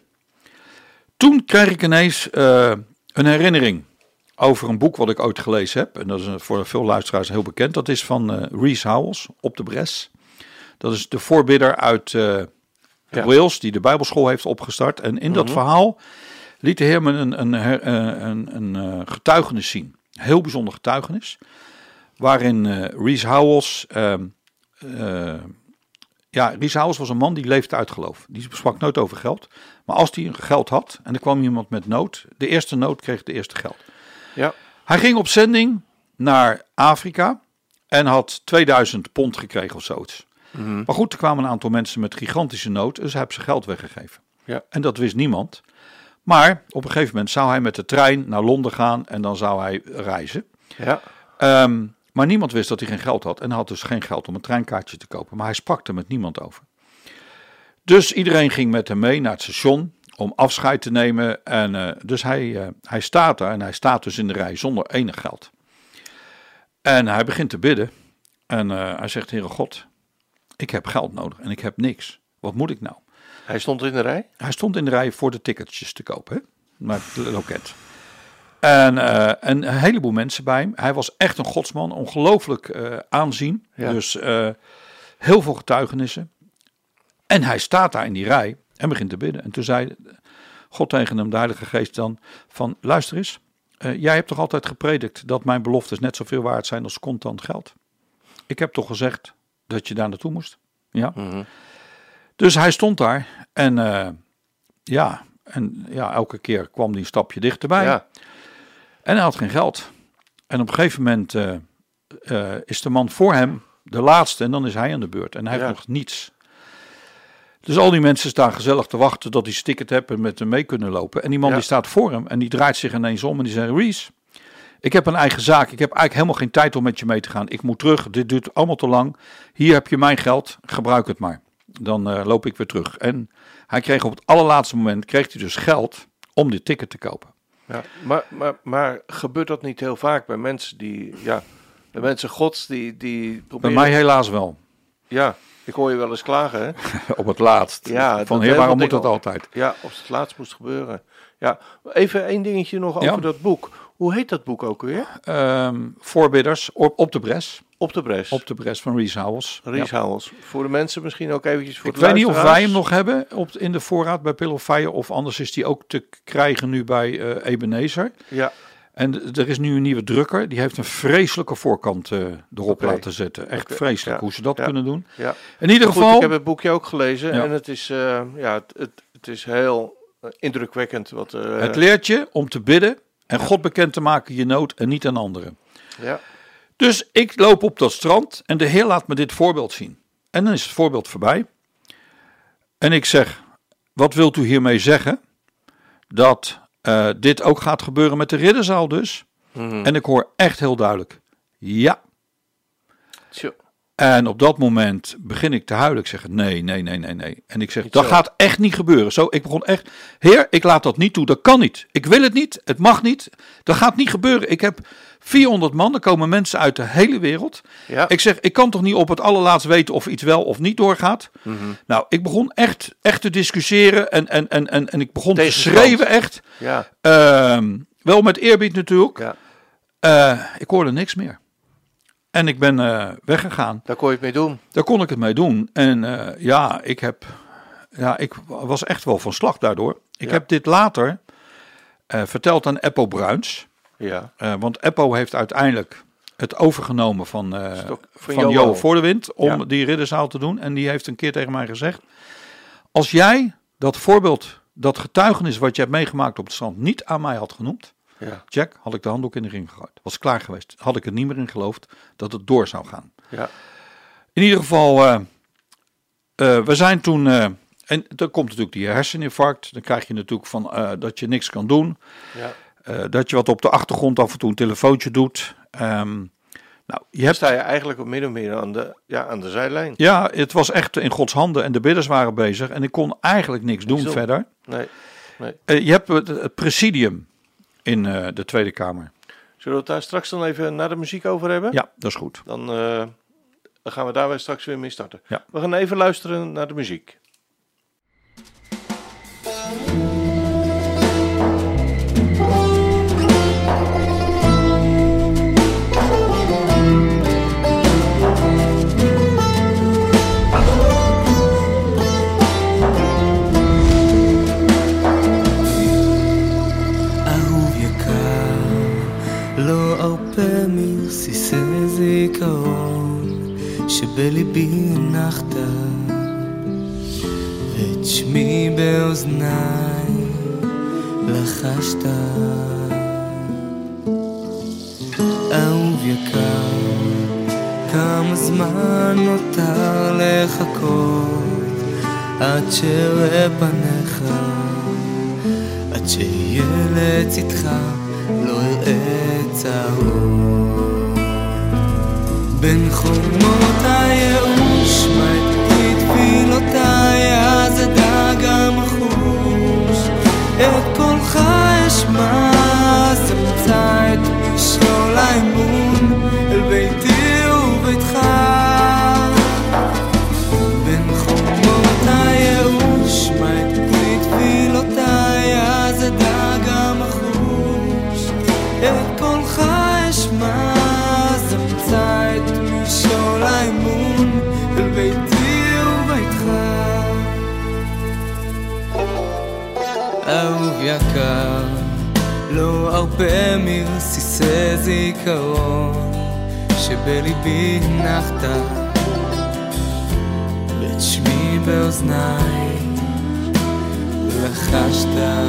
Toen kreeg ik ineens uh, een herinnering over een boek wat ik ooit gelezen heb. En dat is voor veel luisteraars heel bekend. Dat is van uh, Rees Howells, Op de Bres. Dat is de voorbidder uit uh, ja. Wales, die de Bijbelschool heeft opgestart. En in mm-hmm. dat verhaal liet de Heer me een, een, een, een, een uh, getuigenis zien. Een heel bijzonder getuigenis. Waarin uh, Rees Howells... Uh, uh, Ja, Rees Howells was een man die leefde uit geloof. Die sprak nooit over geld. Maar als hij geld had en er kwam iemand met nood, de eerste nood kreeg de eerste geld. Ja. Hij ging op zending naar Afrika En had tweeduizend pond gekregen of zoiets. Mm-hmm. Maar goed, er kwamen een aantal mensen met gigantische nood. Dus hij heeft zijn geld weggegeven. Ja. En dat wist niemand. Maar op een gegeven moment zou hij met de trein naar Londen gaan. En dan zou hij reizen. Ja. Um, maar niemand wist dat hij geen geld had. En hij had dus geen geld om een treinkaartje te kopen. Maar hij sprak er met niemand over. Dus iedereen ging met hem mee naar het station om afscheid te nemen. En uh, dus hij, uh, hij staat daar en hij staat dus in de rij zonder enig geld. En hij begint te bidden. En uh, hij zegt, Heere God, ik heb geld nodig en ik heb niks. Wat moet ik nou? Hij stond in de rij? Hij stond in de rij voor de ticketjes te kopen, hè? Naar het loket. En uh, een heleboel mensen bij hem. Hij was echt een godsman, ongelooflijk uh, aanzien. Ja. Dus uh, heel veel getuigenissen. En hij staat daar in die rij en begint te bidden. En toen zei God tegen hem, de Heilige Geest dan, van luister eens. Uh, jij hebt toch altijd gepredikt dat mijn beloftes net zoveel waard zijn als contant geld? Ik heb toch gezegd dat je daar naartoe moest? Ja. Mm-hmm. Dus hij stond daar en uh, ja, en ja, elke keer kwam hij een stapje dichterbij. Ja. En hij had geen geld. En op een gegeven moment uh, uh, is de man voor hem de laatste en dan is hij aan de beurt. En hij Ja. heeft nog niets. Dus al die mensen staan gezellig te wachten tot hij zijn ticket heeft en met hem mee kunnen lopen. En die man Ja. die staat voor hem en die draait zich ineens om en die zegt, Rees, ik heb een eigen zaak. Ik heb eigenlijk helemaal geen tijd om met je mee te gaan. Ik moet terug. Dit duurt allemaal te lang. Hier heb je mijn geld. Gebruik het maar. Dan uh, loop ik weer terug. En hij kreeg op het allerlaatste moment kreeg hij dus geld om dit ticket te kopen. Ja, maar, maar, maar gebeurt dat niet heel vaak bij mensen die, ja, de mensen gods die, die Bij proberen... mij helaas wel. Ja, ik hoor je wel eens klagen, hè? Op het laatst. Ja, dat Van heel heer, waarom veel moet dat dingen- altijd? Ja, of het laatst moest gebeuren. Ja, even één dingetje nog over Ja. dat boek. Hoe heet dat boek ook weer? Um, voorbidders op, op de bres. Op de Bres. Op de bres van Rees Howells. Ries Ja. Howells. Voor de mensen misschien ook eventjes voor Ik de weet niet of luisteraars. wij hem nog hebben op, in de voorraad bij Pillow Fire. Of anders is die ook te krijgen nu bij uh, Ebenezer. Ja, En d- er is nu een nieuwe drukker. Die heeft een vreselijke voorkant uh, erop Oké. laten zetten. Echt Oké. vreselijk Ja. hoe ze dat Ja. kunnen doen. ja. In ieder Goed, geval... ik heb het boekje ook gelezen Ja. en het is, uh, ja, het, het, het is heel uh, indrukwekkend. Wat, uh, Het leert je om te bidden en God bekend te maken je nood en niet aan anderen. ja, Dus ik loop op dat strand en de Heer laat me dit voorbeeld zien. En dan is het voorbeeld voorbij. En ik zeg, wat wilt u hiermee zeggen? Dat uh, dit ook gaat gebeuren met de ridderzaal dus? Mhm. En ik hoor echt heel duidelijk, ja. Tjo. En op dat moment begin ik te huilen. Ik zeg, nee, nee, nee, nee, nee. En ik zeg, Niet dat zo. gaat echt niet gebeuren. Zo, ik begon echt, Heer, ik laat dat niet toe. Dat kan niet. Ik wil het niet. Het mag niet. Dat gaat niet gebeuren. Ik heb vierhonderd man. Er komen mensen uit de hele wereld. Ja. Ik zeg, ik kan toch niet op het allerlaatst weten of iets wel of niet doorgaat. Mhm. Nou, ik begon echt, echt te discussiëren. En, en, en, en, en ik begon te Tegenstand. schreeuwen echt. Ja, Ehm, wel met eerbied natuurlijk. ja, Uh, ik hoorde niks meer. En ik ben uh, weggegaan. daar kon je het mee doen. Daar kon ik het mee doen. En uh, ja, ik heb, ja, ik was echt wel van slag daardoor. Ik Ja. heb dit later uh, verteld aan Eppo Bruins. Ja, Uh, want Eppo heeft uiteindelijk het overgenomen van, uh, Stok- van van Johan. Johan voor de Wind om Ja. die ridderzaal te doen. En die heeft een keer tegen mij gezegd, als jij dat voorbeeld, dat getuigenis wat je hebt meegemaakt op het strand niet aan mij had genoemd, ja, Jack, had ik de handdoek in de ring gegooid. Was klaar geweest. Had ik er niet meer in geloofd dat het door zou gaan. ja. In ieder geval, uh, uh, we zijn toen, uh, en dan komt natuurlijk die herseninfarct. Dan krijg je natuurlijk van uh, dat je niks kan doen. ja. Uh, dat je wat op de achtergrond af en toe een telefoontje doet. Um, nou, je Dan hebt, sta je eigenlijk op min of meer aan de, ja, aan de zijlijn. ja, het was echt in Gods handen en de bidders waren bezig. En ik kon eigenlijk niks doen doen. verder. Nee, nee. Uh, je hebt het, het presidium in uh, de Tweede Kamer. Zullen we het daar straks dan even naar de muziek over hebben? Ja, dat is goed. Dan, uh, dan gaan we daar weer straks weer mee starten. Ja. We gaan even luisteren naar de muziek. לא ארפה מרסיסי זיכרון שבליבי הנחת ואת שמי באוזניי לחשת אהוב יקר כמה זמן נותר לחכות עד שאראה פניך, עד שיהיה לצדך לא אראה צרות. בין חומות הייאוש מתי תפילותיי, אז אדע גם אחוש את קולך אשמע, אז אמצא את משעול האמון אל ביתי וביתך. בין חומות הייאוש מתי תפילותיי, אז אדע גם אחוש את קולך אשמע, אז אמצא את משעול האמון אל ביתי וביתך. אהוב יקר, לא ארפה מרסיסי זיכרון שבליבי הנחת, ואת שמי באוזניי לחשת.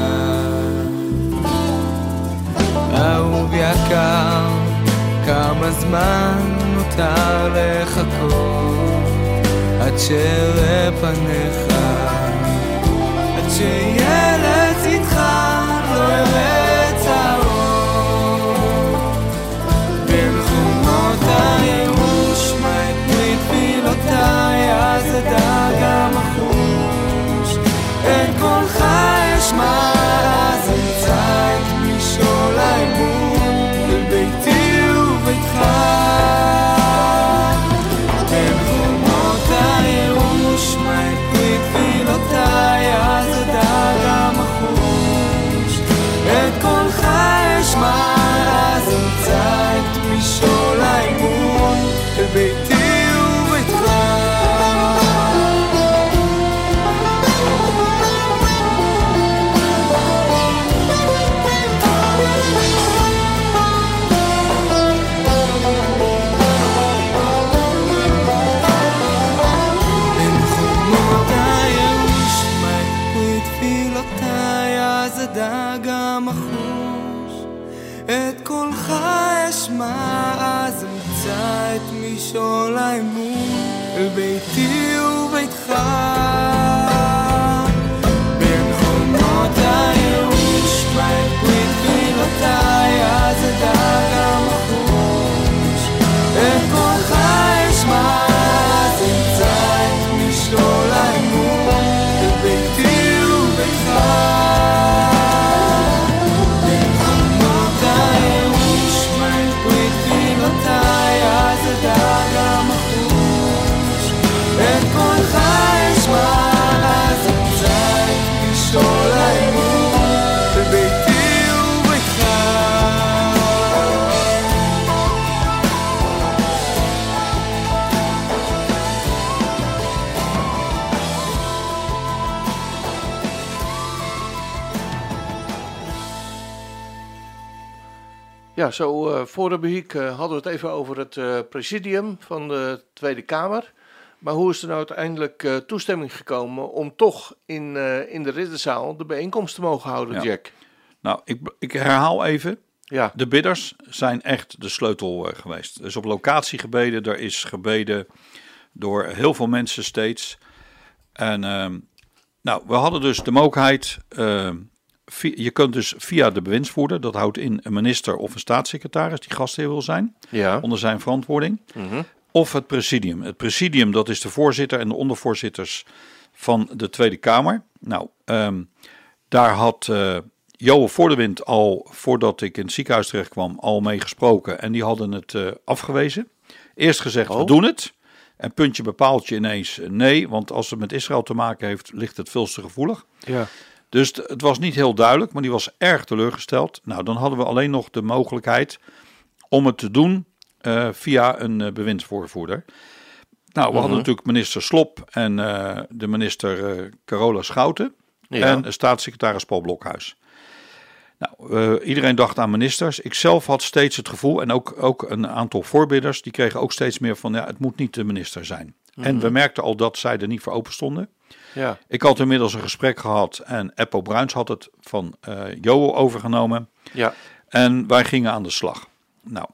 אהוב יקר, כמה זמן נותר לחכות עד שאראה פניך, עד שיהיה לצדך לא אראה צרות. בין חומות הייאוש מתי תפילותיי, אז אדע גם אחוש את קולך אשמע, אז אמצא את משעול האמון אל ביתי וביתך. בין חומות הייאוש מתי תפילותיי, אז אדע גם אחוש את קולך אשמע, אז אמצא את משעול האמון אל ביתי וביתך. בין חומות הייאוש מתי תפילותיי, אז אדע גם אחוש את קולך אשמע, אז אמצא את משעול האמון אל ביתי וביתך. בין חומות הייאוש מתי תפילותיי, אז אדע גם אחוש את קולך אשמע, אז אמצא את משעול האמון אל ביתי וביתך. בין חומות הייאוש מתי תפילותיי, אז אדע גם אחוש את קולך אשמע, אז אמצא את משעול האמון אל ביתי וביתך. Ja, zo uh, voor de muziek uh, hadden we het even over het uh, presidium van de Tweede Kamer. Maar hoe is er nou uiteindelijk uh, toestemming gekomen om toch in, uh, in de Ridderzaal de bijeenkomst te mogen houden, Ja. Jack? Nou, ik, ik herhaal even. Ja, De bidders zijn echt de sleutel uh, geweest. Er is op locatie gebeden. Er is gebeden door heel veel mensen steeds. En uh, nou, we hadden dus de mogelijkheid. Uh, via, je kunt dus via de bewindsvoerder, dat houdt in een minister of een staatssecretaris die gastheer wil zijn, ja. onder zijn verantwoording. Mm-hmm. Of het presidium. Het presidium, dat is de voorzitter en de ondervoorzitters van de Tweede Kamer. Nou, um, daar had uh, Johan Voordewind al, voordat ik in het ziekenhuis terecht kwam, al mee gesproken. En die hadden het uh, afgewezen. Eerst gezegd, Oh. we doen het. En puntje bepaalt je ineens uh, nee, want als het met Israël te maken heeft, ligt het veel te gevoelig. Ja. Dus t- het was niet heel duidelijk, maar die was erg teleurgesteld. Nou, dan hadden we alleen nog de mogelijkheid om het te doen uh, via een uh, bewindsvoorvoerder. Nou, we Mhm. hadden natuurlijk minister Slop en uh, de minister uh, Carola Schouten Ja. en de staatssecretaris Paul Blokhuis. Nou, uh, iedereen dacht aan ministers. Ik zelf had steeds het gevoel, en ook, ook een aantal voorbidders, die kregen ook steeds meer van, ja, het moet niet de minister zijn. Mhm. En we merkten al dat zij er niet voor open stonden. Ja. Ik had inmiddels een gesprek gehad en Eppo Bruins had het van uh, Joel overgenomen. Ja. En wij gingen aan de slag. Nou,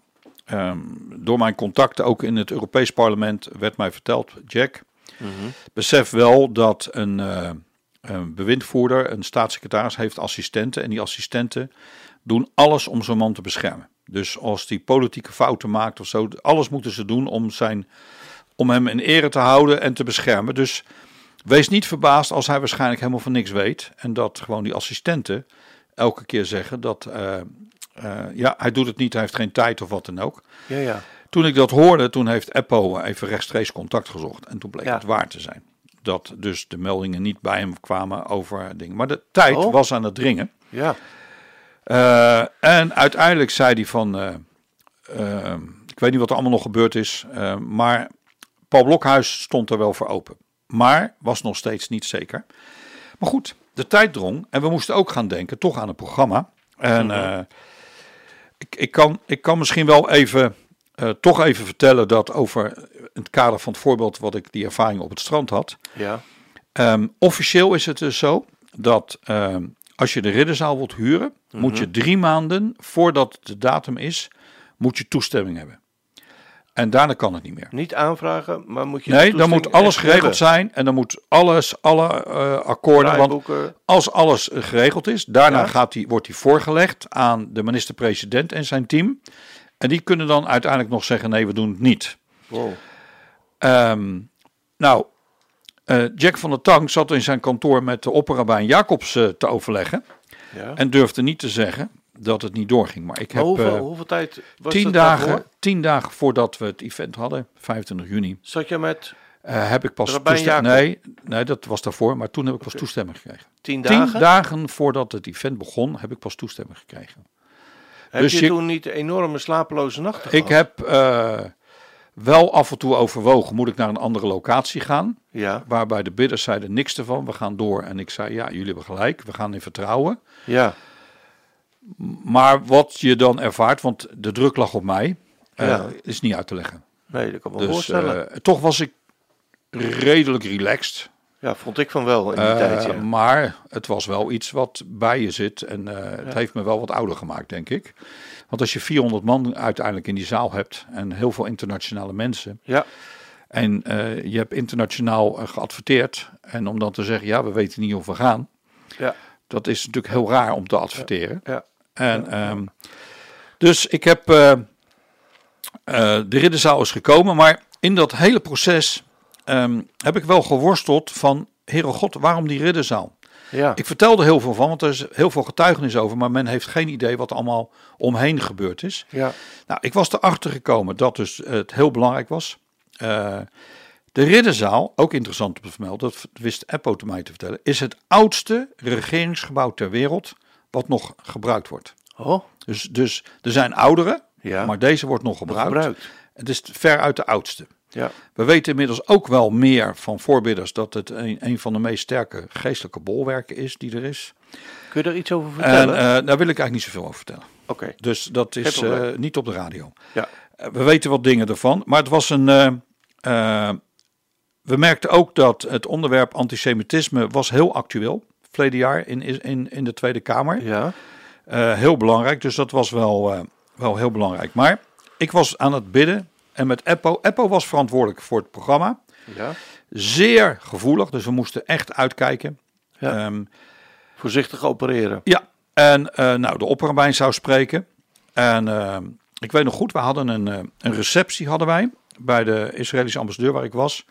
um, door mijn contacten ook in het Europees Parlement werd mij verteld, Jack, mm-hmm. besef wel dat een, uh, een bewindvoerder, een staatssecretaris heeft assistenten en die assistenten doen alles om zo'n man te beschermen. Dus als die politieke fouten maakt of zo, alles moeten ze doen om, zijn, om hem in ere te houden en te beschermen. Dus wees niet verbaasd als hij waarschijnlijk helemaal van niks weet en dat gewoon die assistenten elke keer zeggen dat uh, uh, ja, hij doet het niet, hij heeft geen tijd of wat dan ook. Ja, ja. Toen ik dat hoorde, toen heeft Eppo even rechtstreeks contact gezocht en toen bleek Ja. het waar te zijn. Dat dus de meldingen niet bij hem kwamen over dingen. Maar de tijd Oh. was aan het dringen. Ja. Uh, en uiteindelijk zei hij van, uh, uh, ik weet niet wat er allemaal nog gebeurd is, uh, maar Paul Blokhuis stond er wel voor open. Maar was nog steeds niet zeker. Maar goed, de tijd drong en we moesten ook gaan denken toch aan het programma. En uh, ik, ik, kan, ik kan misschien wel even, uh, toch even vertellen dat over in het kader van het voorbeeld wat ik die ervaring op het strand had. Ja. Um, officieel is het dus zo dat um, als je de ridderzaal wilt huren, mm-hmm. moet je drie maanden voordat de datum is, moet je toestemming hebben. En daarna kan het niet meer. Niet aanvragen, maar moet je... Nee, dan moet alles geregeld zijn en dan moet alles, alle uh, akkoorden, want als alles uh, geregeld is, daarna ja? gaat die, wordt die voorgelegd aan de minister-president en zijn team. En die kunnen dan uiteindelijk nog zeggen, nee, we doen het niet. Wow. Um, nou, uh, Jack van der Tang zat in zijn kantoor met de opperrabijn Jacobs uh, te overleggen. Ja? En durfde niet te zeggen dat het niet doorging. Maar ik heb maar hoeveel, uh, hoeveel tijd was tien dat dagen, daarvoor? tien dagen voordat we het event hadden, vijfentwintig juni. Zat je met uh, heb ik pas Rabijn toestemming. Nee, nee, dat was daarvoor, maar toen heb ik pas okay. toestemming gekregen. Tien dagen? Tien dagen voordat het event begon, heb ik pas toestemming gekregen. Heb dus je, je toen niet enorme slapeloze nachten gehad? Ik heb uh, wel af en toe overwogen, moet ik naar een andere locatie gaan? Ja. Waarbij de bidders zeiden niks ervan, we gaan door. En ik zei, ja, jullie hebben gelijk, we gaan in vertrouwen. Ja. Maar wat je dan ervaart, want de druk lag op mij, uh, ja. is niet uit te leggen. Nee, dat kan me dus, voorstellen. Uh, toch was ik redelijk relaxed. Ja, vond ik van wel in die uh, tijd, ja. Maar het was wel iets wat bij je zit en uh, het ja. heeft me wel wat ouder gemaakt, denk ik. Want als je vierhonderd man uiteindelijk in die zaal hebt en heel veel internationale mensen. Ja. En uh, je hebt internationaal uh, geadverteerd. En om dan te zeggen, ja, we weten niet of we gaan. Ja. Dat is natuurlijk heel raar om te adverteren. Ja. Ja. En, ja. Um, dus ik heb, uh, uh, de ridderzaal is gekomen, maar in dat hele proces um, heb ik wel geworsteld van, Heere God, waarom die ridderzaal? Ja. Ik vertelde heel veel van, want er is heel veel getuigenis over, maar men heeft geen idee wat er allemaal omheen gebeurd is. Ja. Nou, ik was erachter gekomen dat dus het heel belangrijk was. Uh, de ridderzaal, ook interessant om te vermelden, dat wist Eppo te mij te vertellen, is het oudste regeringsgebouw ter wereld wat nog gebruikt wordt. Oh. Dus, dus er zijn oudere, ja. maar deze wordt nog gebruikt. Nog gebruikt. Het is ver uit de oudste. Ja. We weten inmiddels ook wel meer van voorbidders dat het een, een van de meest sterke geestelijke bolwerken is die er is. Kun je er iets over vertellen? En uh, daar wil ik eigenlijk niet zoveel over vertellen. Oké. Okay. Dus dat is uh, niet op de radio. Ja. Uh, we weten wat dingen ervan, maar het was een... Uh, uh, we merkten ook dat het onderwerp antisemitisme was heel actueel. Verleden jaar in, in, in de Tweede Kamer. Ja. Uh, heel belangrijk, dus dat was wel, uh, wel heel belangrijk. Maar ik was aan het bidden en met Eppo. Eppo was verantwoordelijk voor het programma. Ja. Zeer gevoelig, dus we moesten echt uitkijken. Ja. Um, Voorzichtig opereren. Ja, en uh, nou, de opperrabijn zou spreken. En uh, ik weet nog goed, we hadden een, uh, een receptie hadden wij bij de Israëlische ambassadeur waar ik was.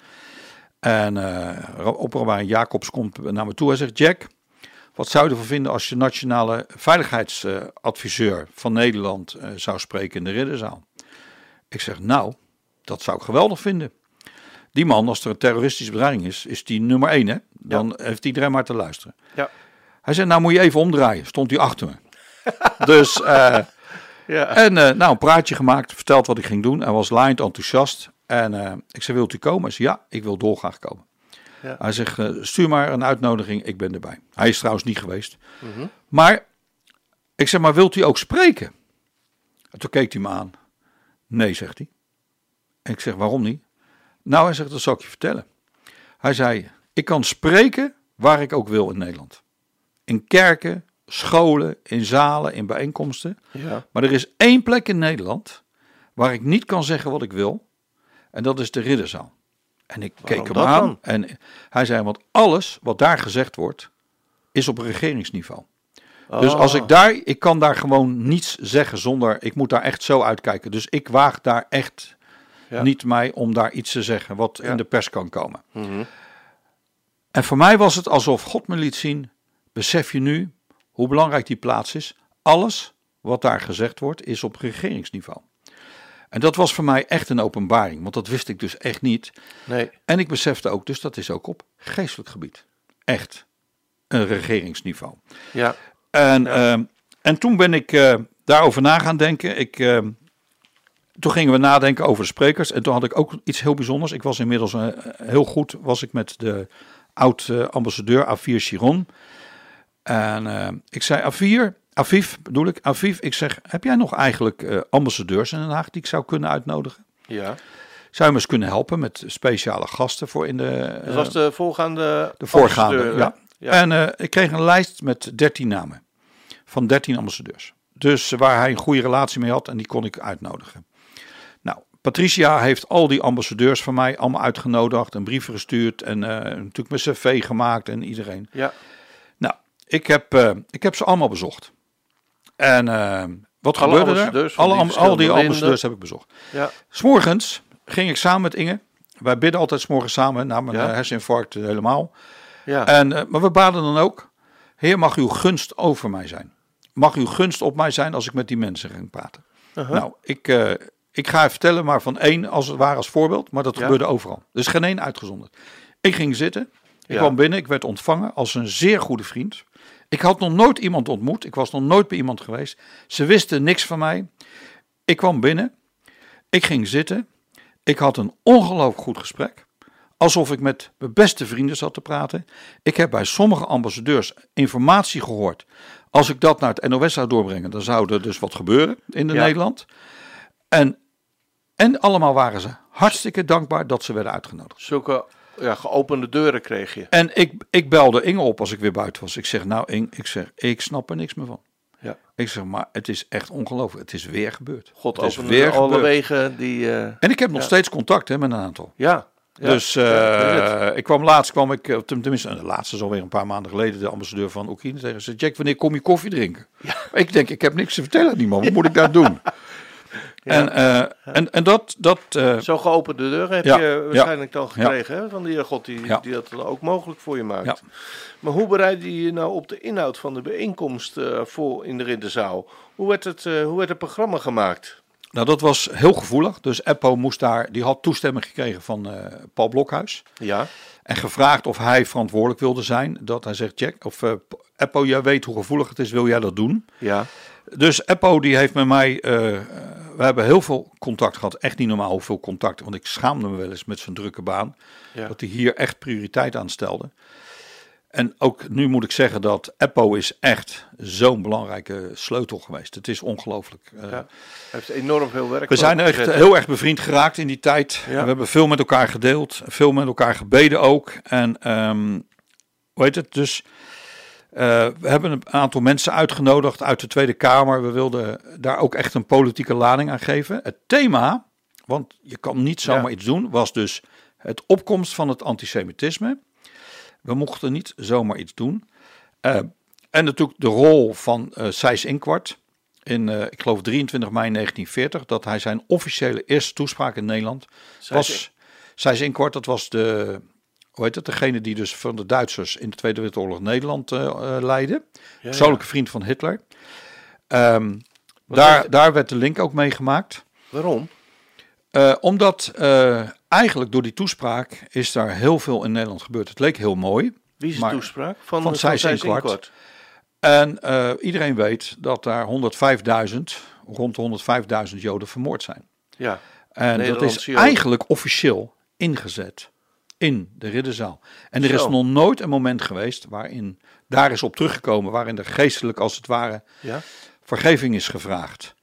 En uh, opperrabijn Jacobs komt naar me toe en zegt, Jack, wat zou je ervan vinden als je nationale veiligheidsadviseur uh, van Nederland uh, zou spreken in de ridderzaal? Ik zeg, nou, dat zou ik geweldig vinden. Die man, als er een terroristische bedreiging is, is die nummer één, hè? Dan ja. heeft iedereen maar te luisteren. Ja. Hij zei, nou moet je even omdraaien. Stond hij achter me. dus, uh, ja. en uh, nou, een praatje gemaakt, verteld wat ik ging doen. Hij was laaiend enthousiast. En uh, ik zei, wilt u komen? Hij zei, ja, ik wil dolgraag komen. Ja. Hij zegt, uh, stuur maar een uitnodiging, ik ben erbij. Hij is trouwens niet geweest. Mm-hmm. Maar, ik zeg, maar wilt u ook spreken? En toen keek hij me aan. Nee, zegt hij. En ik zeg, waarom niet? Nou, hij zegt, dat zal ik je vertellen. Hij zei, ik kan spreken waar ik ook wil in Nederland. In kerken, scholen, in zalen, in bijeenkomsten. Ja. Maar er is één plek in Nederland waar ik niet kan zeggen wat ik wil. En dat is de Ridderzaal. En ik Waarom keek hem dat aan dan? en hij zei, want alles wat daar gezegd wordt, is op regeringsniveau. Dus Oh. als ik daar, ik kan daar gewoon niets zeggen zonder, ik moet daar echt zo uitkijken. Dus ik waag daar echt Ja. niet mij om daar iets te zeggen wat Ja. in de pers kan komen. Mhm. En voor mij was het alsof God me liet zien, besef je nu hoe belangrijk die plaats is. Alles wat daar gezegd wordt is op regeringsniveau. En dat was voor mij echt een openbaring, want dat wist ik dus echt niet. Nee. En ik besefte ook, dus dat is ook op geestelijk gebied. Echt een regeringsniveau. Ja. En, Ja. ehm, en toen ben ik eh, daarover na gaan denken. Ik, ehm, toen gingen we nadenken over de sprekers. En toen had ik ook iets heel bijzonders. Ik was inmiddels eh, heel goed, was ik met de oud-ambassadeur Afir Chiron. En eh, ik zei, Afir, Aviv bedoel ik, Aviv, ik zeg, heb jij nog eigenlijk eh, ambassadeurs in Den Haag die ik zou kunnen uitnodigen? Ja. Zou je me eens kunnen helpen met speciale gasten voor in de... Dat was de voorgaande de voorgaande, ambassadeur, ja. hè? Ja. En eh, ik kreeg een lijst met dertien namen. Van dertien ambassadeurs. Dus waar hij een goede relatie mee had en die kon ik uitnodigen. Nou, Patricia heeft al die ambassadeurs van mij allemaal uitgenodigd. En brieven gestuurd en uh, natuurlijk mijn cv gemaakt en iedereen. Ja. Nou, ik heb, uh, ik heb ze allemaal bezocht. En uh, wat Alle gebeurde er? ambassadeurs van Alle, die am- al die verschillende ambassadeurs heb ik bezocht. Ja. 'S Morgens ging ik samen met Inge. Wij bidden altijd 's morgens samen na mijn Ja. uh, herseninfarct uh, helemaal. Ja. En, uh, maar we baden dan ook, Heer, mag uw gunst over mij zijn. Mag uw gunst op mij zijn als ik met die mensen ging praten. Uh-huh. Nou, ik, uh, ik ga even vertellen, maar van één als het ware als voorbeeld. Maar dat Ja. gebeurde overal. Dus geen één uitgezonderd. Ik ging zitten. Ik Ja. kwam binnen. Ik werd ontvangen als een zeer goede vriend. Ik had nog nooit iemand ontmoet. Ik was nog nooit bij iemand geweest. Ze wisten niks van mij. Ik kwam binnen. Ik ging zitten. Ik had een ongelooflijk goed gesprek. Alsof ik met mijn beste vrienden zat te praten. Ik heb bij sommige ambassadeurs informatie gehoord. Als ik dat naar het N O S zou doorbrengen, dan zou er dus wat gebeuren in Ja. Nederland. En, en allemaal waren ze hartstikke dankbaar dat ze werden uitgenodigd. Zulke ja, geopende deuren kreeg je. En ik, ik belde Inge op als ik weer buiten was. Ik zeg, nou Inge, ik zeg, ik snap er niks meer van. Ja. Ik zeg, maar het is echt ongelooflijk. Het is weer gebeurd. God het is opende alle gebeurd. wegen die... uh, En ik heb nog Ja. steeds contact hè, met een aantal. ja. ja. Dus uh, ja, weet het. ik kwam laatst, kwam ik, tenminste de laatste is alweer een paar maanden geleden, de ambassadeur van Oekraïne tegen ze, Jack, wanneer kom je koffie drinken? Ja. Ik denk, ik heb niks te vertellen aan die man, wat moet ik daar doen? Ja. En, uh, en, en dat... dat uh, Zo'n geopende deur heb Ja. je waarschijnlijk dan Ja. gekregen, hè? Van die Heer God die, Ja. die dat dan ook mogelijk voor je maakt. Ja. Maar hoe bereid je je nou op de inhoud van de bijeenkomst uh, voor in de Ridderzaal? Hoe werd het, uh, hoe werd het programma gemaakt? Nou, dat was heel gevoelig. Dus Eppo moest daar, die had toestemming gekregen van uh, Paul Blokhuis. Ja. En gevraagd of hij verantwoordelijk wilde zijn. Dat hij zegt, Jack, of uh, Eppo, jij weet hoe gevoelig het is, wil jij dat doen? Ja. Dus Eppo die heeft met mij, uh, we hebben heel veel contact gehad. Echt niet normaal hoeveel contact, want ik schaamde me wel eens met zijn drukke baan. Ja. Dat hij hier echt prioriteit aan stelde. En ook nu moet ik zeggen dat Eppo is echt zo'n belangrijke sleutel geweest. Het is ongelooflijk. Uh, Ja. Hij heeft enorm veel werk. we zijn echt gezet. heel erg bevriend geraakt in die tijd. Ja. We hebben veel met elkaar gedeeld. Veel met elkaar gebeden ook. En um, hoe heet het? Dus uh, we hebben een aantal mensen uitgenodigd uit de Tweede Kamer. We wilden daar ook echt een politieke lading aan geven. Het thema, want je kan niet zomaar Ja. iets doen, was dus het opkomst van het antisemitisme. We mochten niet zomaar iets doen. Uh, en natuurlijk de rol van uh, Sijs Inquart in, uh, ik geloof drieëntwintig mei negentien veertig, dat hij zijn officiële eerste toespraak in Nederland Sijs was. Sijs Inquart, dat was de, hoe heet het, degene die dus van de Duitsers in de Tweede Wereldoorlog Nederland uh, uh, leidde. Ja, Persoonlijke ja. vriend van Hitler. Um, daar, daar werd de link ook meegemaakt. Waarom? Uh, omdat uh, eigenlijk door die toespraak is daar heel veel in Nederland gebeurd. Het leek heel mooi. Wie is de maar toespraak? Van, van Sijs Inquart. Inquart. En uh, iedereen weet dat daar honderdvijfduizend, rond de honderdvijfduizend Joden vermoord zijn. Ja. En dat Nederlandse is Joden. eigenlijk officieel ingezet in de Ridderzaal. En er Zo. is nog nooit een moment geweest waarin daar is op teruggekomen, waarin er geestelijk als het ware Ja. vergeving is gevraagd.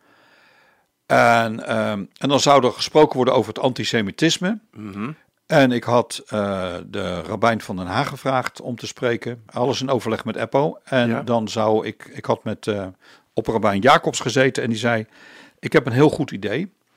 En, um, en dan zou er gesproken worden over het antisemitisme. Mhm. En ik had uh, de rabbijn van Den Haag gevraagd om te spreken. Alles in overleg met Eppo. En Ja. dan zou ik, ik had met uh, opperrabijn Jacobs gezeten en die zei, ik heb een heel goed idee.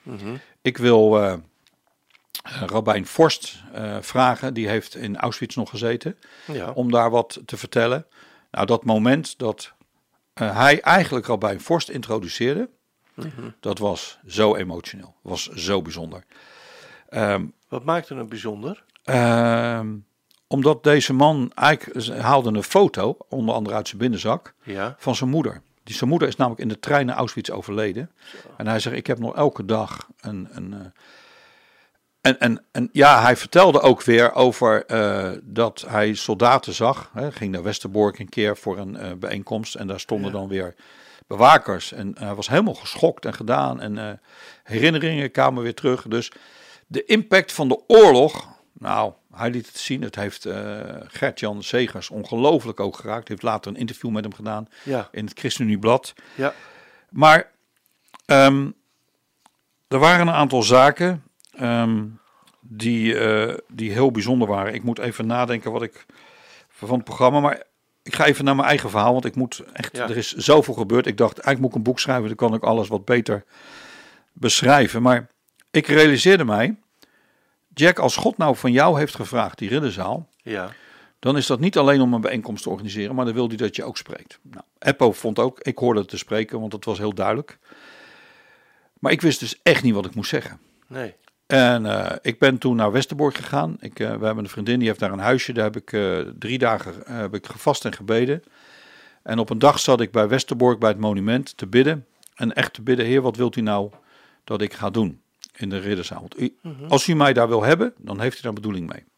Mm-hmm. Ik wil uh, Rabbijn Forst uh, vragen, die heeft in Auschwitz nog gezeten, Ja. om daar wat te vertellen. Nou, dat moment dat uh, hij eigenlijk Rabbijn Forst introduceerde, mm-hmm. dat was zo emotioneel, was zo bijzonder. Um, Wat maakte het bijzonder? Uh, omdat deze man eigenlijk haalde een foto, onder andere uit zijn binnenzak, ja. van zijn moeder. Die, zijn moeder is namelijk in de trein naar Auschwitz overleden. Zo. En hij zegt, ik heb nog elke dag een... een uh, en, en, en ja, hij vertelde ook weer over uh, dat hij soldaten zag. Hij ging naar Westerbork een keer voor een uh, bijeenkomst. En daar stonden ja. dan weer bewakers. En hij was helemaal geschokt en gedaan. En uh, herinneringen kwamen weer terug. Dus de impact van de oorlog... Nou, hij liet het zien. Het heeft uh, Gert-Jan Segers ongelooflijk ook geraakt. Hij heeft later een interview met hem gedaan ja. in het ChristenUnieblad. Ja. Maar um, er waren een aantal zaken um, die, uh, die heel bijzonder waren. Ik moet even nadenken wat ik van het programma... Maar ik ga even naar mijn eigen verhaal, want ik moet echt... Ja. Er is zoveel gebeurd. Ik dacht, eigenlijk moet ik een boek schrijven. Dan kan ik alles wat beter beschrijven. Maar ik realiseerde mij... Jack, als God nou van jou heeft gevraagd, die ridderzaal, ja. dan is dat niet alleen om een bijeenkomst te organiseren, maar dan wil hij dat je ook spreekt. Nou, Eppo vond ook, ik hoorde het te spreken, want het was heel duidelijk. Maar ik wist dus echt niet wat ik moest zeggen. Nee. En uh, ik ben toen naar Westerbork gegaan. Ik, uh, we hebben een vriendin, die heeft daar een huisje. Daar heb ik uh, drie dagen uh, heb ik gevast en gebeden. En op een dag zat ik bij Westerbork, bij het monument, te bidden. En echt te bidden, Heer, wat wilt u nou dat ik ga doen? In de ridderzaal. U, mm-hmm. Als u mij daar wil hebben, dan heeft u daar bedoeling mee.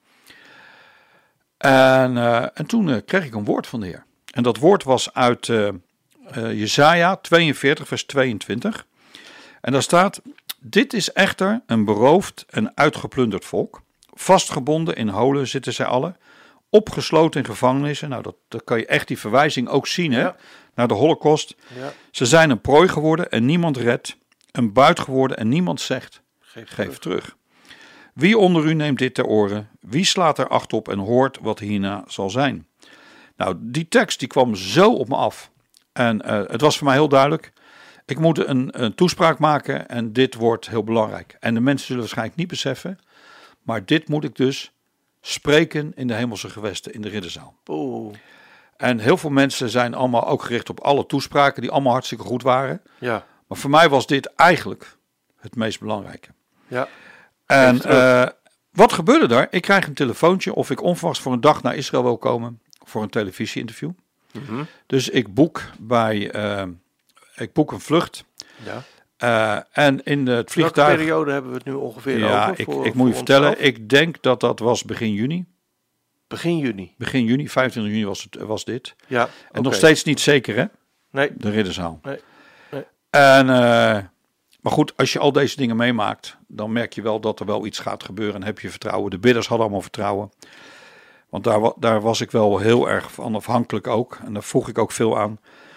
En, uh, en toen uh, kreeg ik een woord van de Heer. En dat woord was uit uh, uh, Jesaja tweeënveertig, vers tweeëntwintig. En daar staat: dit is echter een beroofd en uitgeplunderd volk. Vastgebonden in holen zitten zij allen. Opgesloten in gevangenissen. Nou, dat, dat kan je echt die verwijzing ook zien, hè? Ja. Naar de Holocaust. Ja. Ze zijn een prooi geworden en niemand redt. Een buit geworden en niemand zegt, geef, geef terug. terug. Wie onder u neemt dit ter oren? Wie slaat er acht op en hoort wat hierna zal zijn? Nou, die tekst die kwam zo op me af. En uh, het was voor mij heel duidelijk. Ik moet een, een toespraak maken en dit wordt heel belangrijk. En de mensen zullen waarschijnlijk niet beseffen. Maar dit moet ik dus spreken in de hemelse gewesten, in de ridderzaal. Oeh. En heel veel mensen zijn allemaal ook gericht op alle toespraken die allemaal hartstikke goed waren. Ja. Maar voor mij was dit eigenlijk het meest belangrijke. Ja. En uh, wat gebeurde daar? Ik krijg een telefoontje of ik onverwachts voor een dag naar Israël wil komen voor een televisie-interview. Mm-hmm. Dus ik boek bij, uh, ik boek een vlucht. Ja. Uh, en in het vliegtuig. Welke periode hebben we het nu ongeveer ja, over? Ik, voor, ik moet je vertellen, onszelf? Ik denk dat dat was begin juni. Begin juni? Begin juni, vijfentwintig juni was, het, was dit. Ja. En okay. nog steeds niet zeker, hè? Nee. De ridderzaal. Nee. nee. En, uh, maar goed, als je al deze dingen meemaakt, dan merk je wel dat er wel iets gaat gebeuren en heb je vertrouwen. De bidders hadden allemaal vertrouwen. Want daar, daar was ik wel heel erg van afhankelijk ook. En daar vroeg ik ook veel aan.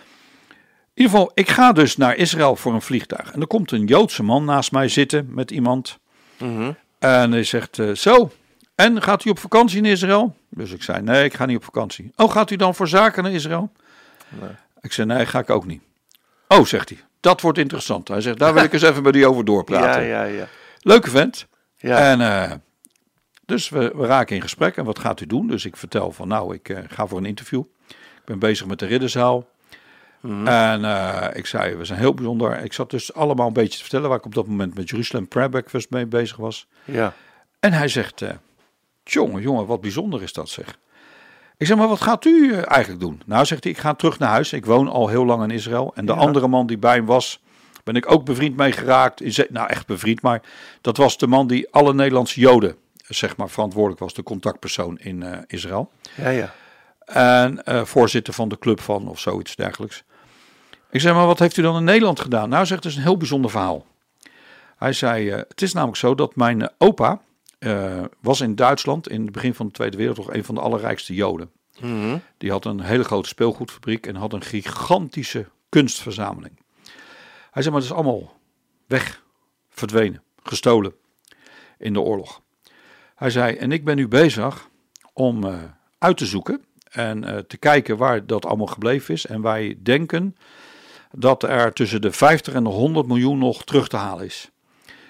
In ieder geval, ik ga dus naar Israël voor een vliegtuig. En er komt een Joodse man naast mij zitten met iemand. Mm-hmm. En hij zegt, uh, zo, en gaat u op vakantie in Israël? Dus ik zei, nee, ik ga niet op vakantie. Oh, gaat u dan voor zaken naar Israël? Nee. Ik zei, nee, ga ik ook niet. Oh, zegt hij, dat wordt interessant. Hij zegt, daar wil ik eens even met u over doorpraten. Ja, ja, ja. Leuke vent. Ja. En uh, dus we, we raken in gesprek. En wat gaat u doen? Dus ik vertel van, nou, ik uh, ga voor een interview. Ik ben bezig met de ridderzaal. Mm-hmm. En uh, ik zei, we zijn heel bijzonder. Ik zat dus allemaal een beetje te vertellen waar ik op dat moment met Jerusalem Prayer Breakfast mee bezig was. Ja. En hij zegt, uh, jongen, jongen, wat bijzonder is dat, zeg. Ik zeg, maar wat gaat u uh, eigenlijk doen? Nou, zegt hij, ik ga terug naar huis. Ik woon al heel lang in Israël. En de ja. andere man die bij hem was, ben ik ook bevriend mee geraakt. Ze- nou, echt bevriend, maar dat was de man die alle Nederlandse Joden, zeg maar, verantwoordelijk was. De contactpersoon in uh, Israël. Ja, ja. En uh, voorzitter van de club van of zoiets dergelijks. Ik zei, maar wat heeft u dan in Nederland gedaan? Nou, zegt, het is een heel bijzonder verhaal. Hij zei, uh, het is namelijk zo dat mijn uh, opa uh, was in Duitsland in het begin van de Tweede Wereldoorlog een van de allerrijkste Joden. Mm-hmm. Die had een hele grote speelgoedfabriek en had een gigantische kunstverzameling. Hij zei, maar het is allemaal weg, verdwenen, gestolen in de oorlog. Hij zei, en ik ben nu bezig om uh, uit te zoeken en uh, te kijken waar dat allemaal gebleven is. En wij denken dat er tussen de vijftig en de honderd miljoen nog terug te halen is.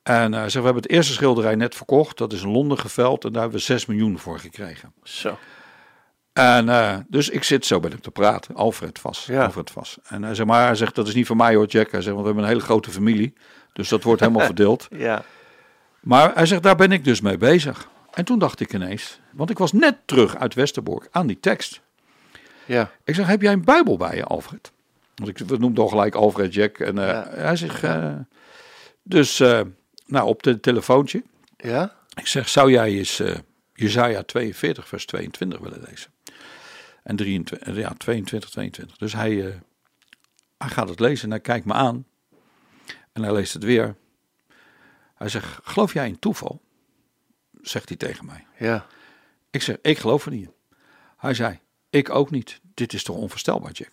En uh, zeg, we hebben het eerste schilderij net verkocht. Dat is in Londen geveld en daar hebben we zes miljoen voor gekregen. Zo. En uh, dus ik zit zo met hem te praten. Alfred Vos. Ja. Alfred Vos. En hij zegt, maar hij zegt, dat is niet van mij hoor, Jack. Hij zegt, want we hebben een hele grote familie. Dus dat wordt helemaal verdeeld. Ja. Maar hij zegt, daar ben ik dus mee bezig. En toen dacht ik ineens, want ik was net terug uit Westerbork aan die tekst. Ja. Ik zeg, heb jij een Bijbel bij je, Alfred? Want ik we noemden al gelijk Alfred Jack. En uh, Ja. hij zegt, uh, dus uh, nou op het telefoontje. Ja? Ik zeg, zou jij eens uh, Jesaja tweeënveertig vers tweeëntwintig willen lezen? En drieëntwintig, ja, tweeëntwintig, tweeëntwintig. Dus hij, uh, hij gaat het lezen en hij kijkt me aan. En hij leest het weer. Hij zegt, geloof jij in toeval? Zegt hij tegen mij. Ja. Ik zeg, ik geloof er niet in. Hij zei, ik ook niet. Dit is toch onvoorstelbaar, Jack?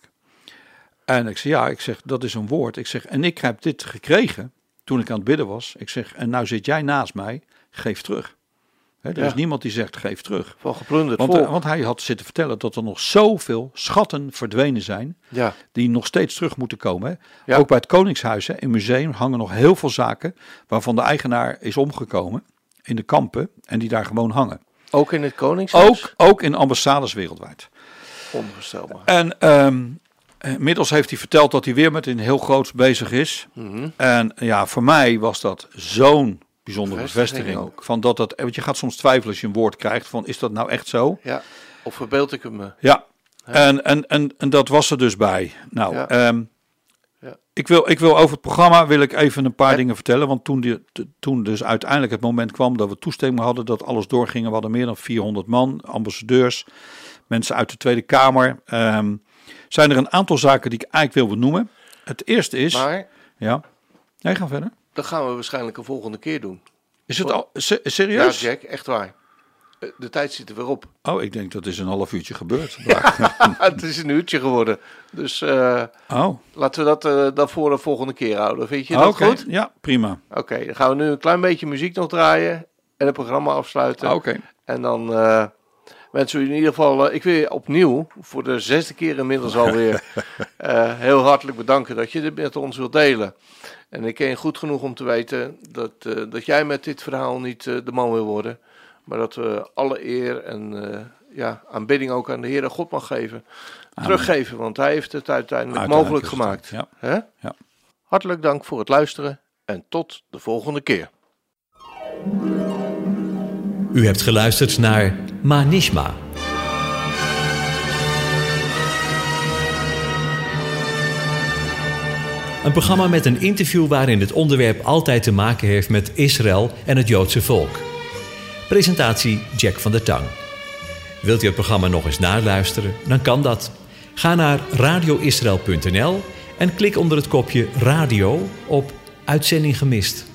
En ik zeg, ja, ik zeg, dat is een woord. Ik zeg, en ik heb dit gekregen toen ik aan het bidden was. Ik zeg, en nou zit jij naast mij, geef terug. He, er Ja. is niemand die zegt, geef terug. Van geplunderd Want, volk. uh, want hij had zitten vertellen dat er nog zoveel schatten verdwenen zijn, Ja. die nog steeds terug moeten komen. Hè. Ja. Ook bij het Koningshuis, hè, in het museum, hangen nog heel veel zaken waarvan de eigenaar is omgekomen in de kampen en die daar gewoon hangen. Ook in het Koningshuis? Ook, ook in ambassades wereldwijd. Onvoorstelbaar. En um, inmiddels heeft hij verteld dat hij weer met een heel groots bezig is. Mm-hmm. En ja, voor mij was dat zo'n bijzondere Bevestiging bevestiging. ook. Van dat dat, want je gaat soms twijfelen als je een woord krijgt van is dat nou echt zo? Ja. Of verbeeld ik hem me? Ja, en, en, en, en dat was er dus bij. Nou, Ja. ehm, Ja. ik, wil, ik wil over het programma wil ik even een paar Ja. dingen vertellen. Want toen, die, t- toen dus uiteindelijk het moment kwam dat we toestemming hadden dat alles doorging. We hadden meer dan vierhonderd man, ambassadeurs, mensen uit de Tweede Kamer. Ehm, zijn er een aantal zaken die ik eigenlijk wil benoemen. Het eerste is... Maar Ja, jij gaat verder. dat gaan we waarschijnlijk een volgende keer doen. Is het al se- Ja, serieus? Jack, echt waar. Eh, De tijd zit er weer op. Oh, ik denk dat is een half uurtje gebeurd. Het is een uurtje geworden. Dus eh, Oh, laten we dat eh, dan voor de volgende keer houden. Vind je dat oké. goed? Ja, prima. Oké, dan gaan we nu een klein beetje muziek nog draaien. En het programma afsluiten. Ah, Oké. En dan eh wensen we u in ieder geval... eh, ik wil je opnieuw, voor de zesde keer inmiddels alweer... eh, heel hartelijk bedanken dat je dit met ons wilt delen. En ik ken je goed genoeg om te weten... dat, eh, dat jij met dit verhaal niet eh, de man wil worden... maar dat we alle eer en eh, ja, aanbidding ook aan de Heere God mag geven. Teruggeven, want hij heeft het uiteindelijk Uiteindelijk mogelijk is het, gemaakt. ja. Hè? Ja. Hartelijk dank voor het luisteren en tot de volgende keer. U hebt geluisterd naar Ma Nishma. Een programma met een interview waarin het onderwerp altijd te maken heeft met Israël en het Joodse volk. Presentatie Jack van der Tang. Wilt u het programma nog eens naluisteren? Dan kan dat. Ga naar radio israël punt n l en klik onder het kopje radio op Uitzending gemist.